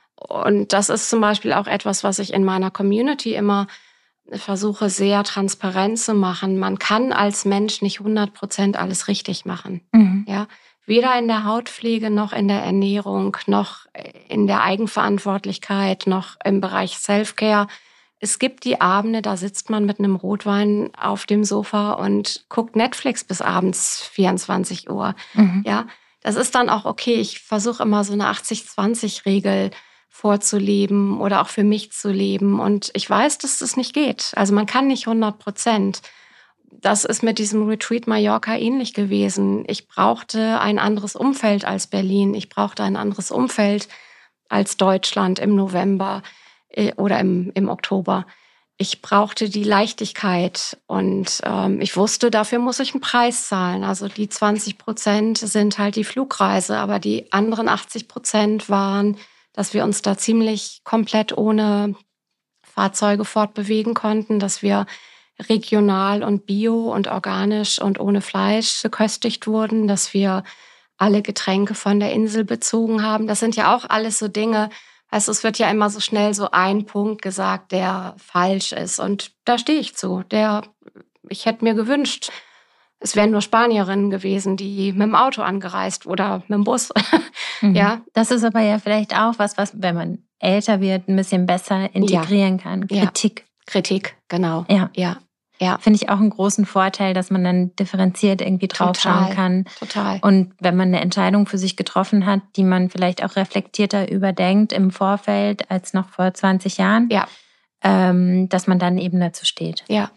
Und das ist zum Beispiel auch etwas, was ich in meiner Community immer versuche, sehr transparent zu machen. Man kann als Mensch nicht hundert Prozent alles richtig machen. Mhm. Ja. Weder in der Hautpflege, noch in der Ernährung, noch in der Eigenverantwortlichkeit, noch im Bereich Self-Care. Es gibt die Abende, da sitzt man mit einem Rotwein auf dem Sofa und guckt Netflix bis abends vierundzwanzig Uhr. Mhm. Ja, das ist dann auch okay. Ich versuche immer so eine achtzig zwanzig Regel vorzuleben oder auch für mich zu leben. Und ich weiß, dass das nicht geht. Also man kann nicht hundert Prozent. Das ist mit diesem Retreat Mallorca ähnlich gewesen. Ich brauchte ein anderes Umfeld als Berlin. Ich brauchte ein anderes Umfeld als Deutschland im November oder im, im Oktober. Ich brauchte die Leichtigkeit und ähm, ich wusste, dafür muss ich einen Preis zahlen. Also die zwanzig Prozent sind halt die Flugreise, aber die anderen achtzig Prozent waren, dass wir uns da ziemlich komplett ohne Fahrzeuge fortbewegen konnten, dass wir regional und bio und organisch und ohne Fleisch geköstigt wurden, dass wir alle Getränke von der Insel bezogen haben. Das sind ja auch alles so Dinge, also es wird ja immer so schnell so ein Punkt gesagt, der falsch ist. Und da stehe ich zu. Der, ich hätte mir gewünscht, es wären nur Spanierinnen gewesen, die mit dem Auto angereist oder mit dem Bus. Mhm. Ja. Das ist aber ja vielleicht auch was, was, wenn man älter wird, ein bisschen besser integrieren ja. kann. Kritik. Ja. Kritik, genau. Ja. ja. Ja. Finde ich auch einen großen Vorteil, dass man dann differenziert irgendwie draufschauen kann. Total. Und wenn man eine Entscheidung für sich getroffen hat, die man vielleicht auch reflektierter überdenkt im Vorfeld als noch vor zwanzig Jahren, ja. ähm, dass man dann eben dazu steht. Ja,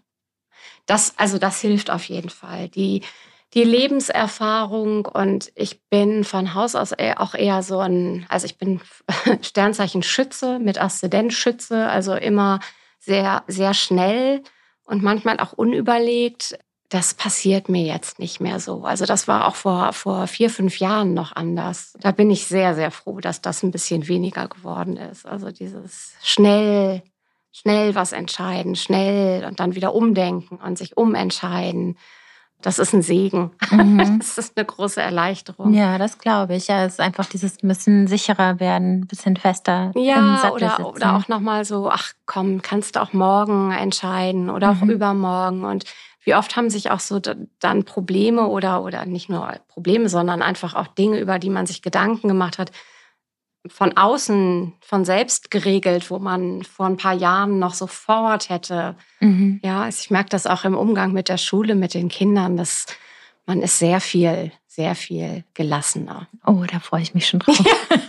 das, also das hilft auf jeden Fall. Die, die Lebenserfahrung und ich bin von Haus aus auch eher so ein, also ich bin Sternzeichen Schütze mit Aszendent Schütze, also immer sehr, sehr schnell. Und manchmal auch unüberlegt, das passiert mir jetzt nicht mehr so. Also das war auch vor, vor vier, fünf Jahren noch anders. Da bin ich sehr, sehr froh, dass das ein bisschen weniger geworden ist. Also dieses schnell schnell was entscheiden, schnell und dann wieder umdenken und sich umentscheiden. Das ist ein Segen. Mhm. Das ist eine große Erleichterung. Ja, das glaube ich. Ja, es ist einfach dieses bisschen sicherer werden, ein bisschen fester ja, im Sattel oder, sitzen. Oder auch nochmal so, ach komm, kannst du auch morgen entscheiden oder auch mhm. übermorgen. Und wie oft haben sich auch so dann Probleme oder, oder nicht nur Probleme, sondern einfach auch Dinge, über die man sich Gedanken gemacht hat, von außen, von selbst geregelt, wo man vor ein paar Jahren noch sofort hätte. Mhm. Ja, also ich merke das auch im Umgang mit der Schule, mit den Kindern, dass man ist sehr viel, sehr viel gelassener. Oh, da freue ich mich schon drauf.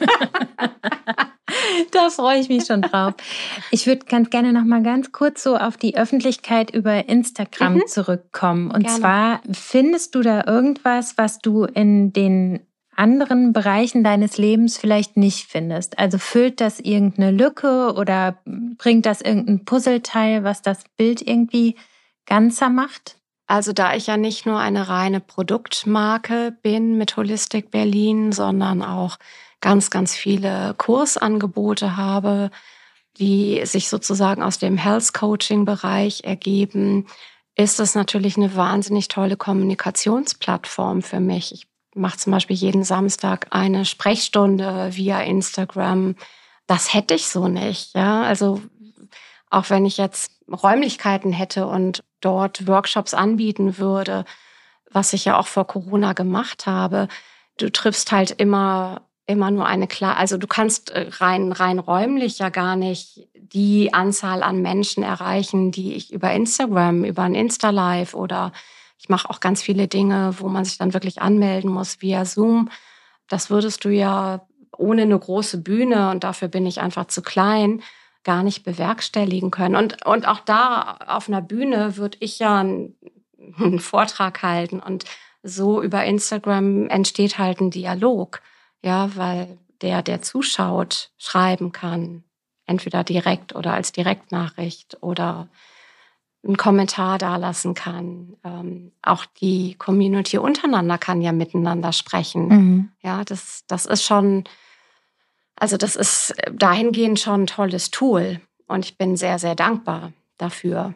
Da freue ich mich schon drauf. Ich würde ganz gerne noch mal ganz kurz so auf die Öffentlichkeit über Instagram mhm. zurückkommen. Und gerne. Zwar, findest du da irgendwas, was du in den anderen Bereichen deines Lebens vielleicht nicht findest? Also füllt das irgendeine Lücke oder bringt das irgendein Puzzleteil, was das Bild irgendwie ganzer macht? Also da ich ja nicht nur eine reine Produktmarke bin mit Holistic Berlin, sondern auch ganz, ganz viele Kursangebote habe, die sich sozusagen aus dem Health-Coaching-Bereich ergeben, ist das natürlich eine wahnsinnig tolle Kommunikationsplattform für mich. Ich mache zum Beispiel jeden Samstag eine Sprechstunde via Instagram. Das hätte ich so nicht. Ja? Also auch wenn ich jetzt Räumlichkeiten hätte und dort Workshops anbieten würde, was ich ja auch vor Corona gemacht habe, du triffst halt immer immer nur eine klar, also du kannst rein rein räumlich ja gar nicht die Anzahl an Menschen erreichen, die ich über Instagram, über ein Insta-Live oder ich mache auch ganz viele Dinge, wo man sich dann wirklich anmelden muss via Zoom. Das würdest du ja ohne eine große Bühne, und dafür bin ich einfach zu klein, gar nicht bewerkstelligen können. Und, und auch da auf einer Bühne würde ich ja einen, einen Vortrag halten. Und so über Instagram entsteht halt ein Dialog. Ja, weil der, der zuschaut, schreiben kann. Entweder direkt oder als Direktnachricht oder einen Kommentar dalassen kann. Ähm, auch die Community untereinander kann ja miteinander sprechen. Mhm. Ja, das, das ist schon, also das ist dahingehend schon ein tolles Tool. Und ich bin sehr, sehr dankbar dafür,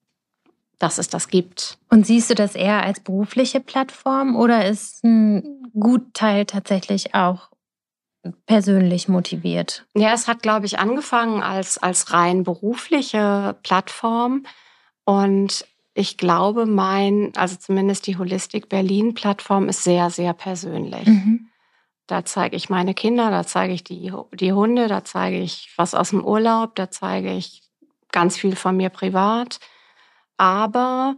dass es das gibt. Und siehst du das eher als berufliche Plattform oder ist ein Gutteil tatsächlich auch persönlich motiviert? Ja, es hat, glaube ich, angefangen als, als rein berufliche Plattform. Und ich glaube, mein, also zumindest die Holistic Berlin Plattform ist sehr, sehr persönlich. Mhm. Da zeige ich meine Kinder, da zeige ich die, die Hunde, da zeige ich was aus dem Urlaub, da zeige ich ganz viel von mir privat. Aber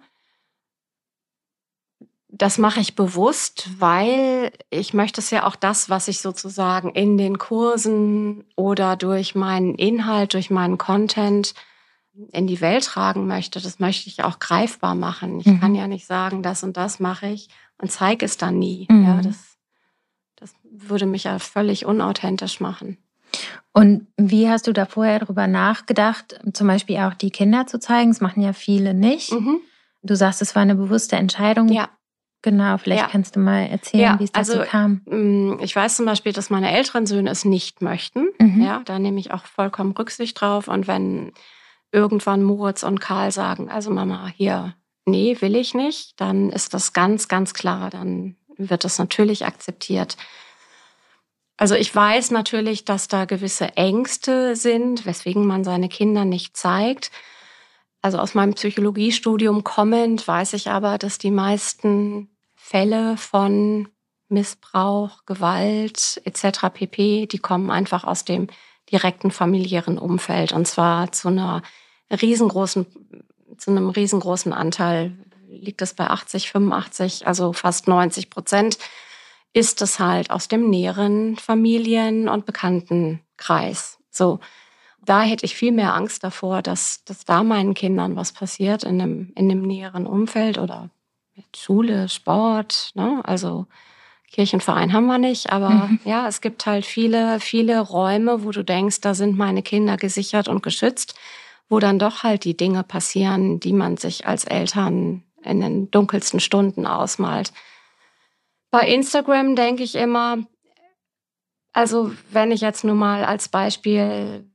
das mache ich bewusst, weil ich möchte es ja auch das, was ich sozusagen in den Kursen oder durch meinen Inhalt, durch meinen Content in die Welt tragen möchte, das möchte ich auch greifbar machen. Ich mhm. kann ja nicht sagen, das und das mache ich und zeige es dann nie. Mhm. Ja, das, das würde mich ja völlig unauthentisch machen. Und wie hast du da vorher drüber nachgedacht, zum Beispiel auch die Kinder zu zeigen? Das machen ja viele nicht. Mhm. Du sagst, es war eine bewusste Entscheidung. Ja. Genau, vielleicht ja. kannst du mal erzählen, ja, wie es dazu also, kam. Ich weiß zum Beispiel, dass meine älteren Söhne es nicht möchten. Mhm. Ja, da nehme ich auch vollkommen Rücksicht drauf. Und wenn irgendwann Moritz und Karl sagen, also Mama, hier, nee, will ich nicht, dann ist das ganz, ganz klar. Dann wird das natürlich akzeptiert. Also ich weiß natürlich, dass da gewisse Ängste sind, weswegen man seine Kinder nicht zeigt. Also aus meinem Psychologiestudium kommend weiß ich aber, dass die meisten Fälle von Missbrauch, Gewalt et cetera pp., die kommen einfach aus dem direkten familiären Umfeld. Und zwar zu einer riesengroßen, zu einem riesengroßen Anteil liegt es bei achtzig, fünfundachtzig, also fast neunzig Prozent, ist es halt aus dem näheren Familien- und Bekanntenkreis. So, da hätte ich viel mehr Angst davor, dass, dass da meinen Kindern was passiert in einem, in einem näheren Umfeld oder mit Schule, Sport, ne? Also Kirchenverein haben wir nicht, aber mhm. ja, es gibt halt viele, viele Räume, wo du denkst, da sind meine Kinder gesichert und geschützt, wo dann doch halt die Dinge passieren, die man sich als Eltern in den dunkelsten Stunden ausmalt. Bei Instagram denke ich immer, also wenn ich jetzt nur mal als Beispiel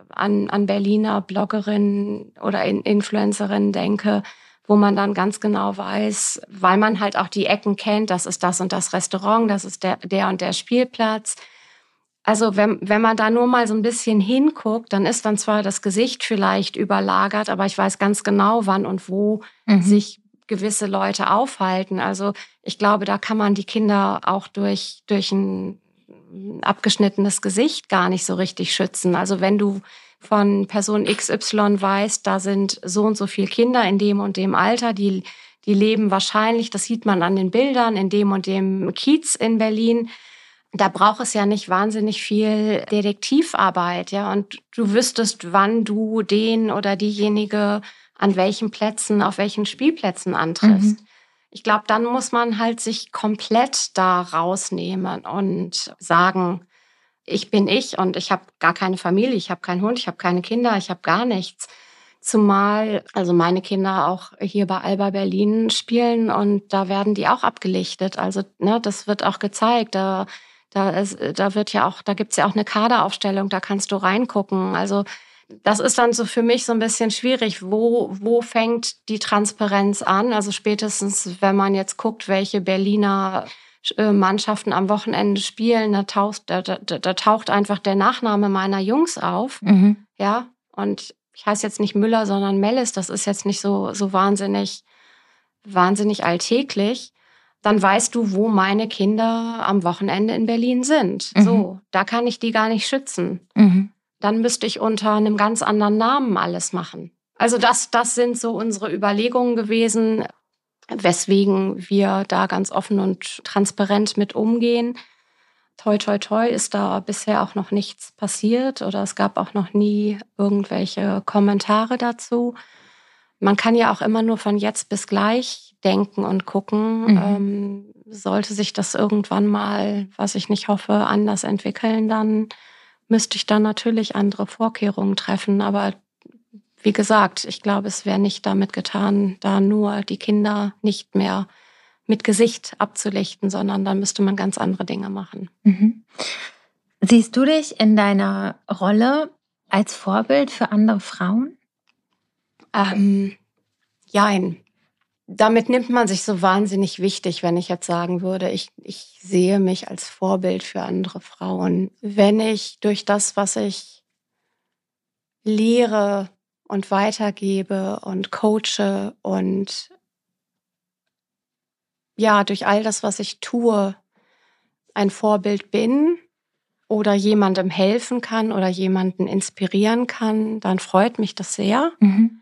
an, an Berliner Bloggerinnen oder Influencerinnen denke, wo man dann ganz genau weiß, weil man halt auch die Ecken kennt, das ist das und das Restaurant, das ist der, der und der Spielplatz. Also wenn, wenn man da nur mal so ein bisschen hinguckt, dann ist dann zwar das Gesicht vielleicht überlagert, aber ich weiß ganz genau, wann und wo mhm. sich gewisse Leute aufhalten. Also ich glaube, da kann man die Kinder auch durch, durch ein abgeschnittenes Gesicht gar nicht so richtig schützen. Also wenn du von Person X Y weißt, da sind so und so viele Kinder in dem und dem Alter, die, die leben wahrscheinlich, das sieht man an den Bildern, in dem und dem Kiez in Berlin. Da braucht es ja nicht wahnsinnig viel Detektivarbeit, ja. Und du wüsstest, wann du den oder diejenige an welchen Plätzen, auf welchen Spielplätzen antriffst. Mhm. Ich glaube, dann muss man halt sich komplett da rausnehmen und sagen, ich bin ich und ich habe gar keine Familie, ich habe keinen Hund, ich habe keine Kinder, ich habe gar nichts. Zumal also meine Kinder auch hier bei Alba Berlin spielen und da werden die auch abgelichtet. Also ne, das wird auch gezeigt. Da, da, ist, da wird ja auch, da gibt's ja auch eine Kaderaufstellung, da kannst du reingucken. Also das ist dann so für mich so ein bisschen schwierig. Wo, wo fängt die Transparenz an? Also spätestens, wenn man jetzt guckt, welche Berliner Mannschaften am Wochenende spielen, da taucht, da, da, da taucht einfach der Nachname meiner Jungs auf. Mhm. Ja, und ich heiße jetzt nicht Müller, sondern Mellis. Das ist jetzt nicht so, so wahnsinnig, wahnsinnig alltäglich. Dann weißt du, wo meine Kinder am Wochenende in Berlin sind. Mhm. So, da kann ich die gar nicht schützen. Mhm. Dann müsste ich unter einem ganz anderen Namen alles machen. Also das, das sind so unsere Überlegungen gewesen, weswegen wir da ganz offen und transparent mit umgehen. Toi, toi, toi ist da bisher auch noch nichts passiert oder es gab auch noch nie irgendwelche Kommentare dazu. Man kann ja auch immer nur von jetzt bis gleich denken und gucken. Mhm. Ähm, sollte sich das irgendwann mal, was ich nicht hoffe, anders entwickeln, dann müsste ich dann natürlich andere Vorkehrungen treffen. Aber wie gesagt, ich glaube, es wäre nicht damit getan, da nur die Kinder nicht mehr mit Gesicht abzulichten, sondern dann müsste man ganz andere Dinge machen. Mhm. Siehst du dich in deiner Rolle als Vorbild für andere Frauen? Ähm, jein. Damit nimmt man sich so wahnsinnig wichtig, wenn ich jetzt sagen würde, ich, ich sehe mich als Vorbild für andere Frauen. Wenn ich durch das, was ich lehre und weitergebe und coache und ja, durch all das, was ich tue, ein Vorbild bin oder jemandem helfen kann oder jemanden inspirieren kann, dann freut mich das sehr. Mhm.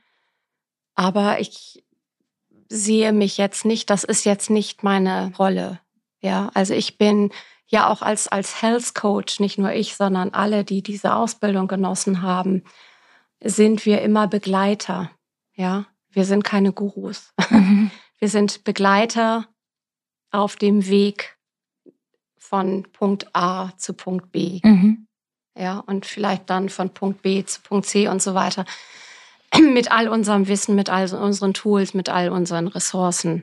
Aber ich sehe mich jetzt nicht, das ist jetzt nicht meine Rolle. Ja, also ich bin ja auch als, als Health Coach, nicht nur ich, sondern alle, die diese Ausbildung genossen haben, sind wir immer Begleiter. Ja, wir sind keine Gurus. Mhm. Wir sind Begleiter auf dem Weg von Punkt A zu Punkt B. Mhm. Ja, und vielleicht dann von Punkt B zu Punkt C und so weiter. Mit all unserem Wissen, mit all unseren Tools, mit all unseren Ressourcen.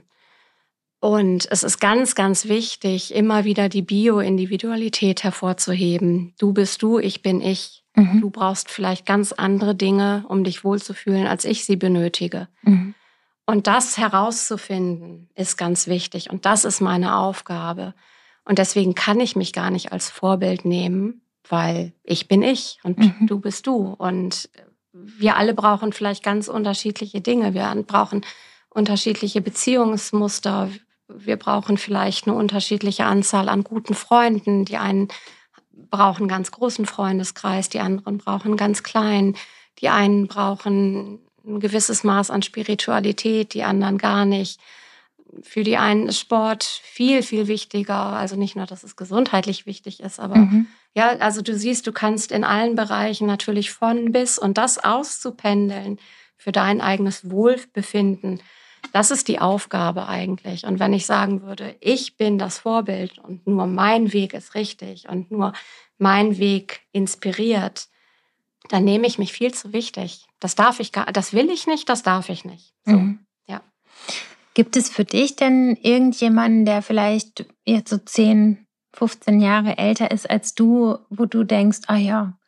Und es ist ganz, ganz wichtig, immer wieder die Bio-Individualität hervorzuheben. Du bist du, ich bin ich. Mhm. Du brauchst vielleicht ganz andere Dinge, um dich wohlzufühlen, als ich sie benötige. Mhm. Und das herauszufinden, ist ganz wichtig. Und das ist meine Aufgabe. Und deswegen kann ich mich gar nicht als Vorbild nehmen, weil ich bin ich und mhm. du bist du. Und wir alle brauchen vielleicht ganz unterschiedliche Dinge. Wir brauchen unterschiedliche Beziehungsmuster. Wir brauchen vielleicht eine unterschiedliche Anzahl an guten Freunden. Die einen brauchen einen ganz großen Freundeskreis, die anderen brauchen einen ganz kleinen. Die einen brauchen ein gewisses Maß an Spiritualität, die anderen gar nicht. Für die einen ist Sport viel, viel wichtiger. Also nicht nur, dass es gesundheitlich wichtig ist, aber mhm. ja, also du siehst, du kannst in allen Bereichen natürlich von bis und das auszupendeln für dein eigenes Wohlbefinden, das ist die Aufgabe eigentlich. Und wenn ich sagen würde, ich bin das Vorbild und nur mein Weg ist richtig und nur mein Weg inspiriert, dann nehme ich mich viel zu wichtig. Das darf ich gar, das will ich nicht, das darf ich nicht. So, mhm. ja. Gibt es für dich denn irgendjemanden, der vielleicht jetzt so zehn, fünfzehn Jahre älter ist als du, wo du denkst, ah ja,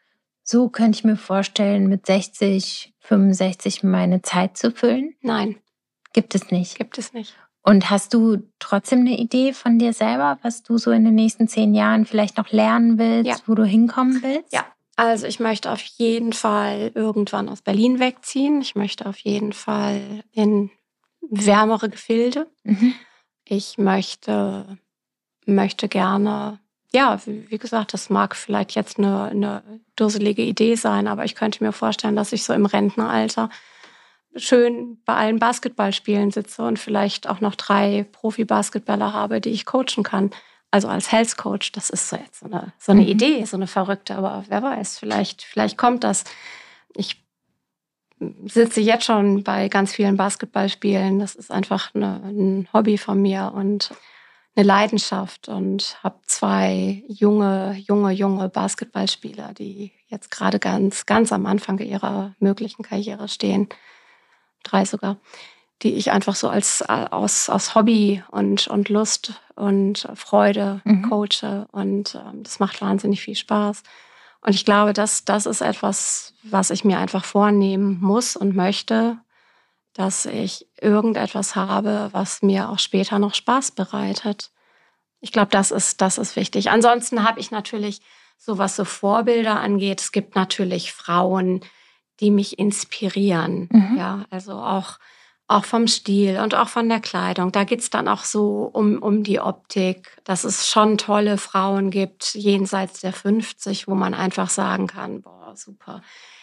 so könnte ich mir vorstellen, mit sechzig, fünfundsechzig meine Zeit zu füllen? Nein. Gibt es nicht? Gibt es nicht. Und hast du trotzdem eine Idee von dir selber, was du so in den nächsten zehn Jahren vielleicht noch lernen willst, Ja. wo du hinkommen willst? Ja, also ich möchte auf jeden Fall irgendwann aus Berlin wegziehen. Ich möchte auf jeden Fall in wärmere Gefilde. Mhm. Ich möchte, möchte gerne, ja, wie, wie gesagt, das mag vielleicht jetzt eine, eine dusselige Idee sein, aber ich könnte mir vorstellen, dass ich so im Rentneralter schön bei allen Basketballspielen sitze und vielleicht auch noch drei Profi-Basketballer habe, die ich coachen kann. Also als Health Coach, das ist so jetzt so eine, so eine Mhm. Idee, so eine verrückte, aber wer weiß, vielleicht, vielleicht kommt das. Ich sitze jetzt schon bei ganz vielen Basketballspielen. Das ist einfach eine, ein Hobby von mir und eine Leidenschaft und habe zwei junge, junge, junge Basketballspieler, die jetzt gerade ganz, ganz am Anfang ihrer möglichen Karriere stehen. Drei sogar, die ich einfach so als aus, aus Hobby und, und Lust und Freude Mhm. coache. Und ähm, das macht wahnsinnig viel Spaß. Und ich glaube, das, das ist etwas, was ich mir einfach vornehmen muss und möchte, dass ich irgendetwas habe, was mir auch später noch Spaß bereitet. Ich glaube, das ist, das ist wichtig. Ansonsten habe ich natürlich, so was so Vorbilder angeht, es gibt natürlich Frauen, die mich inspirieren. Mhm. Ja, also auch, auch vom Stil und auch von der Kleidung. Da geht's dann auch so um, um die Optik, dass es schon tolle Frauen gibt, jenseits der fünfzig, wo man einfach sagen kann, boah, super.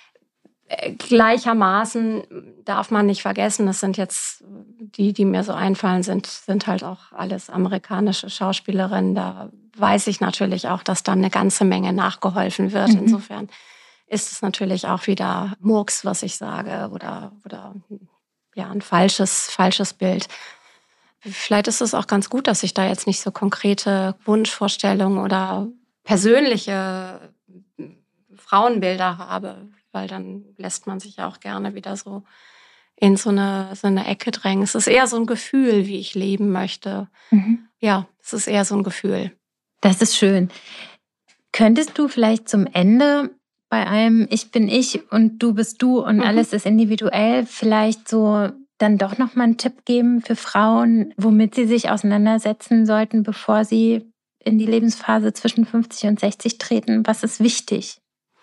Gleichermaßen darf man nicht vergessen, das sind jetzt die, die mir so einfallen, sind, sind halt auch alles amerikanische Schauspielerinnen. Da weiß ich natürlich auch, dass dann eine ganze Menge nachgeholfen wird. Mhm. Insofern ist es natürlich auch wieder Murks, was ich sage, oder, oder ja, ein falsches, falsches Bild. Vielleicht ist es auch ganz gut, dass ich da jetzt nicht so konkrete Wunschvorstellungen oder persönliche Frauenbilder habe, weil dann lässt man sich ja auch gerne wieder so in so eine, so eine Ecke drängen. Es ist eher so ein Gefühl, wie ich leben möchte. Mhm. Ja, es ist eher so ein Gefühl. Das ist schön. Könntest du vielleicht zum Ende bei einem Ich bin ich und du bist du und Mhm. alles ist individuell vielleicht so dann doch nochmal einen Tipp geben für Frauen, womit sie sich auseinandersetzen sollten, bevor sie in die Lebensphase zwischen fünfzig und sechzig treten? Was ist wichtig?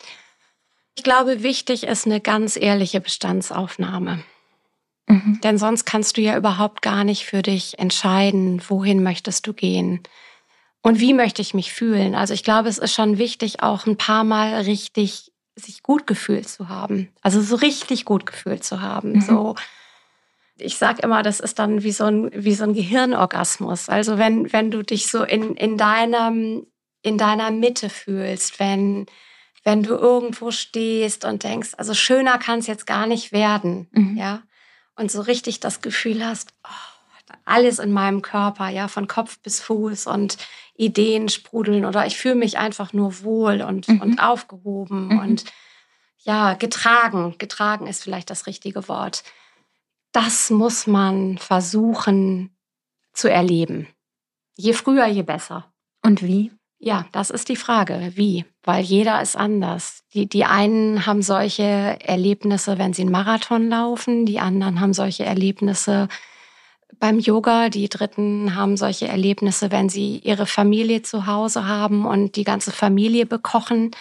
Ich glaube, wichtig ist eine ganz ehrliche Bestandsaufnahme. Mhm. Denn sonst kannst du ja überhaupt gar nicht für dich entscheiden, wohin möchtest du gehen und wie möchte ich mich fühlen. Also ich glaube, es ist schon wichtig, auch ein paar Mal richtig sich gut gefühlt zu haben. Also so richtig gut gefühlt zu haben. Mhm. So, ich sage immer, das ist dann wie so ein, wie so ein Gehirnorgasmus. Also wenn, wenn du dich so in, in, deinem, in deiner Mitte fühlst, wenn, wenn du irgendwo stehst und denkst, also schöner kann es jetzt gar nicht werden, Mhm. ja, und so richtig das Gefühl hast, oh, alles in meinem Körper, ja, von Kopf bis Fuß und Ideen sprudeln oder ich fühle mich einfach nur wohl und, Mhm. und aufgehoben Mhm. und ja, getragen. Getragen ist vielleicht das richtige Wort. Das muss man versuchen zu erleben. Je früher, je besser. Und wie? Ja, das ist die Frage. Wie? Weil jeder ist anders. Die, die einen haben solche Erlebnisse, wenn sie einen Marathon laufen. Die anderen haben solche Erlebnisse beim Yoga. Die Dritten haben solche Erlebnisse, wenn sie ihre Familie zu Hause haben und die ganze Familie bekochen.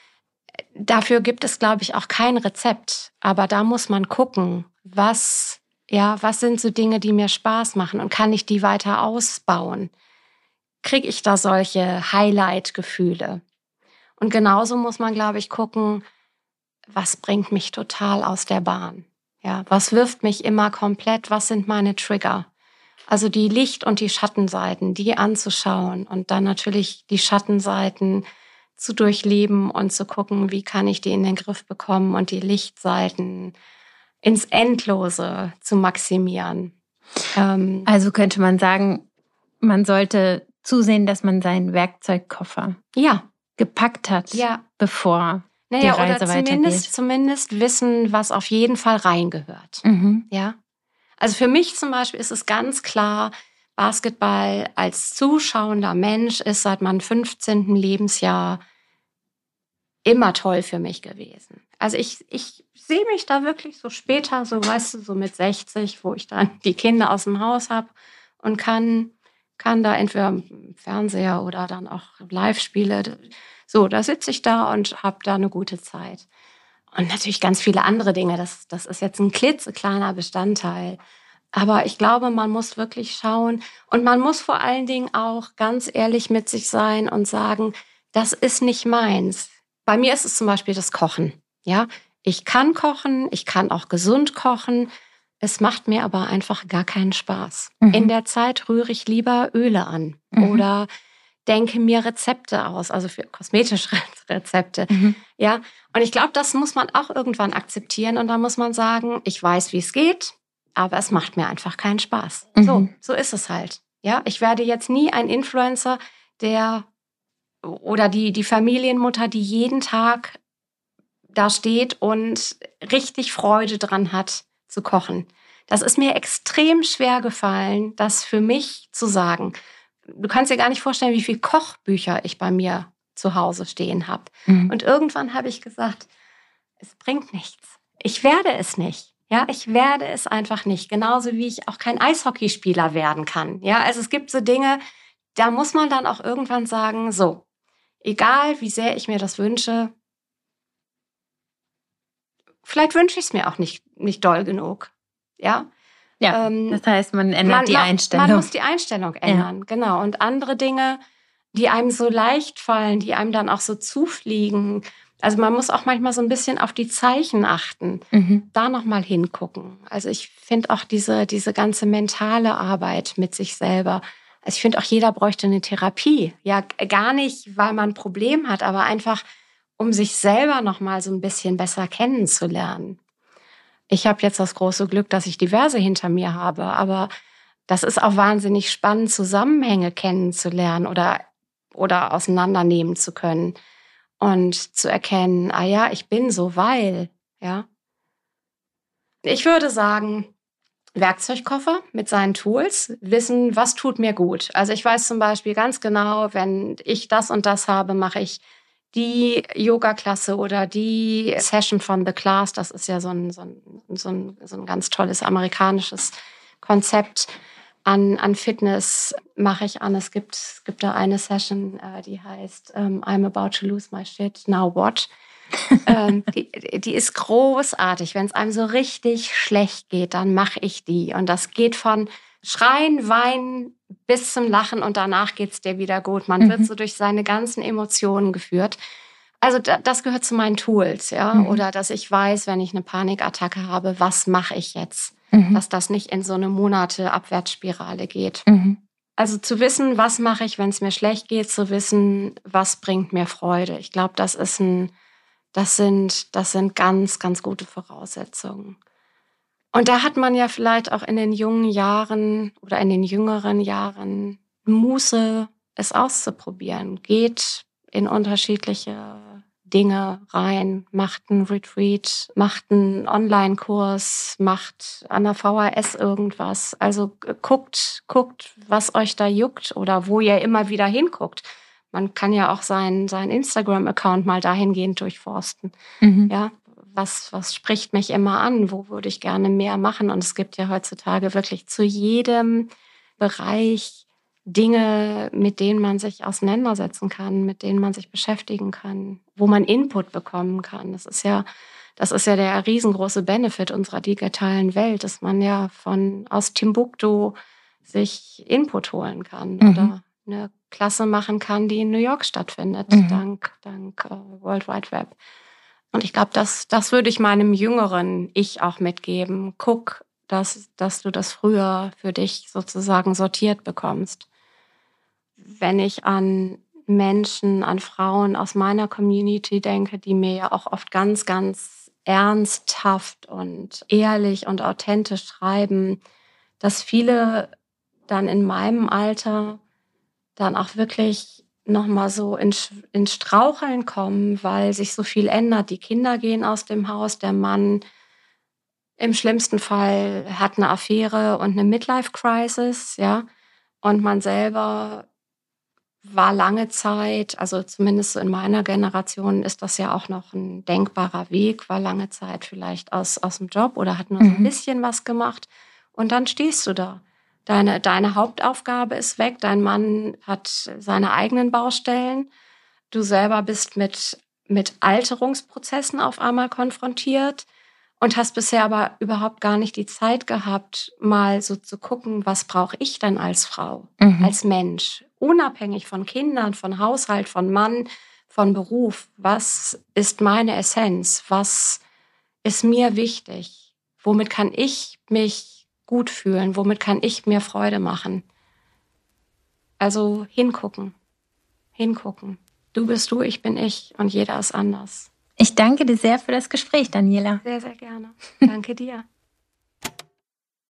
Dafür gibt es, glaube ich, auch kein Rezept. Aber da muss man gucken, was, ja, was sind so Dinge, die mir Spaß machen und kann ich die weiter ausbauen? Kriege ich da solche Highlight-Gefühle? Und genauso muss man, glaube ich, gucken, was bringt mich total aus der Bahn? Ja, was wirft mich immer komplett? Was sind meine Trigger? Also die Licht- und die Schattenseiten, die anzuschauen und dann natürlich die Schattenseiten zu durchleben und zu gucken, wie kann ich die in den Griff bekommen und die Lichtseiten ins Endlose zu maximieren. Ähm, Also könnte man sagen, man sollte zusehen, dass man seinen Werkzeugkoffer ja, gepackt hat, ja. bevor die Naja, Reise oder zumindest, weitergeht. zumindest wissen, was auf jeden Fall reingehört. Mhm. Ja. Also für mich zum Beispiel ist es ganz klar, Basketball als zuschauender Mensch ist seit meinem fünfzehnten Lebensjahr immer toll für mich gewesen. Also ich, ich sehe mich da wirklich so später, so weißt du, so mit sechzig, wo ich dann die Kinder aus dem Haus habe und kann, kann da entweder im Fernseher oder dann auch Live-Spiele. So, da sitze ich da und habe da eine gute Zeit. Und natürlich ganz viele andere Dinge. Das, das ist jetzt ein klitzekleiner Bestandteil. Aber ich glaube, man muss wirklich schauen und man muss vor allen Dingen auch ganz ehrlich mit sich sein und sagen, das ist nicht meins. Bei mir ist es zum Beispiel das Kochen. Ja, ich kann kochen, ich kann auch gesund kochen. Es macht mir aber einfach gar keinen Spaß. Mhm. In der Zeit rühre ich lieber Öle an mhm. oder denke mir Rezepte aus, also für kosmetische Rezepte. Mhm. Ja, und ich glaube, das muss man auch irgendwann akzeptieren und dann muss man sagen, ich weiß, wie es geht, aber es macht mir einfach keinen Spaß. Mhm. So, so ist es halt. Ja, ich werde jetzt nie ein Influencer, der oder die, die Familienmutter, die jeden Tag da steht und richtig Freude dran hat, zu kochen. Das ist mir extrem schwer gefallen, das für mich zu sagen. Du kannst dir gar nicht vorstellen, wie viele Kochbücher ich bei mir zu Hause stehen habe. Mhm. Und irgendwann habe ich gesagt, es bringt nichts. Ich werde es nicht. Ja, ich werde es einfach nicht. Genauso wie ich auch kein Eishockeyspieler werden kann. Ja, also es gibt so Dinge, da muss man dann auch irgendwann sagen, so, egal wie sehr ich mir das wünsche, vielleicht wünsche ich es mir auch nicht, nicht doll genug. Ja, ja ähm, das heißt, man ändert man, die Einstellung. Man muss die Einstellung ändern, ja. Genau. Und andere Dinge, die einem so leicht fallen, die einem dann auch so zufliegen. Also man muss auch manchmal so ein bisschen auf die Zeichen achten, mhm. da nochmal hingucken. Also ich finde auch diese, diese ganze mentale Arbeit mit sich selber. Also ich finde auch, jeder bräuchte eine Therapie. Ja, gar nicht, weil man ein Problem hat, aber einfach, um sich selber nochmal so ein bisschen besser kennenzulernen. Ich habe jetzt das große Glück, dass ich diverse hinter mir habe, aber das ist auch wahnsinnig spannend, Zusammenhänge kennenzulernen oder, oder auseinandernehmen zu können und zu erkennen, ah ja, ich bin so, weil, ja. Ich würde sagen, Werkzeugkoffer mit seinen Tools, wissen, was tut mir gut. Also ich weiß zum Beispiel ganz genau, wenn ich das und das habe, mache ich die Yoga-Klasse oder die Session von The Class. Das ist ja so ein, so ein, so ein, so ein ganz tolles amerikanisches Konzept an, an Fitness mache ich an. Es gibt, es gibt da eine Session, die heißt um, I'm about to lose my shit, now what? ähm, die, die ist großartig. Wenn es einem so richtig schlecht geht, dann mache ich die. Und das geht von Schreien, Weinen bis zum Lachen und danach geht's dir wieder gut. Man mhm. wird so durch seine ganzen Emotionen geführt. Also das gehört zu meinen Tools, ja. Mhm. Oder dass ich weiß, wenn ich eine Panikattacke habe, was mache ich jetzt? Mhm. Dass das nicht in so eine Monate Abwärtsspirale geht. Mhm. Also zu wissen, was mache ich, wenn es mir schlecht geht, zu wissen, was bringt mir Freude. Ich glaube, das ist ein Das sind, das sind ganz, ganz gute Voraussetzungen. Und da hat man ja vielleicht auch in den jungen Jahren oder in den jüngeren Jahren Muße, es auszuprobieren. Geht in unterschiedliche Dinge rein, macht einen Retreat, macht einen Online-Kurs, macht an der V H S irgendwas. Also guckt, guckt, was euch da juckt oder wo ihr immer wieder hinguckt. Man kann ja auch seinen, seinen Instagram-Account mal dahingehend durchforsten. Mhm. Ja, was, was spricht mich immer an? Wo würde ich gerne mehr machen? Und es gibt ja heutzutage wirklich zu jedem Bereich Dinge, mit denen man sich auseinandersetzen kann, mit denen man sich beschäftigen kann, wo man Input bekommen kann. Das ist ja, das ist ja der riesengroße Benefit unserer digitalen Welt, dass man ja von aus Timbuktu sich Input holen kann mhm. oder eine Klasse machen kann, die in New York stattfindet, mhm. dank, dank uh, World Wide Web. Und ich glaube, das, das würde ich meinem jüngeren Ich auch mitgeben. Guck, dass, dass du das früher für dich sozusagen sortiert bekommst. Wenn ich an Menschen, an Frauen aus meiner Community denke, die mir ja auch oft ganz, ganz ernsthaft und ehrlich und authentisch schreiben, dass viele dann in meinem Alter dann auch wirklich nochmal so in, in Straucheln kommen, weil sich so viel ändert. Die Kinder gehen aus dem Haus, der Mann im schlimmsten Fall hat eine Affäre und eine Midlife-Crisis, ja, und man selber war lange Zeit, also zumindest so in meiner Generation ist das ja auch noch ein denkbarer Weg, war lange Zeit vielleicht aus, aus dem Job oder hat nur so ein Mhm. bisschen was gemacht. Und dann stehst du da. Deine, deine Hauptaufgabe ist weg, dein Mann hat seine eigenen Baustellen. Du selber bist mit, mit Alterungsprozessen auf einmal konfrontiert und hast bisher aber überhaupt gar nicht die Zeit gehabt, mal so zu gucken, was brauche ich denn als Frau, Mhm. als Mensch, unabhängig von Kindern, von Haushalt, von Mann, von Beruf. Was ist meine Essenz? Was ist mir wichtig? Womit kann ich mich gut fühlen? Womit kann ich mir Freude machen? Also hingucken, hingucken. Du bist du, ich bin ich und jeder ist anders. Ich danke dir sehr für das Gespräch, Daniela. Sehr, sehr gerne. Danke dir.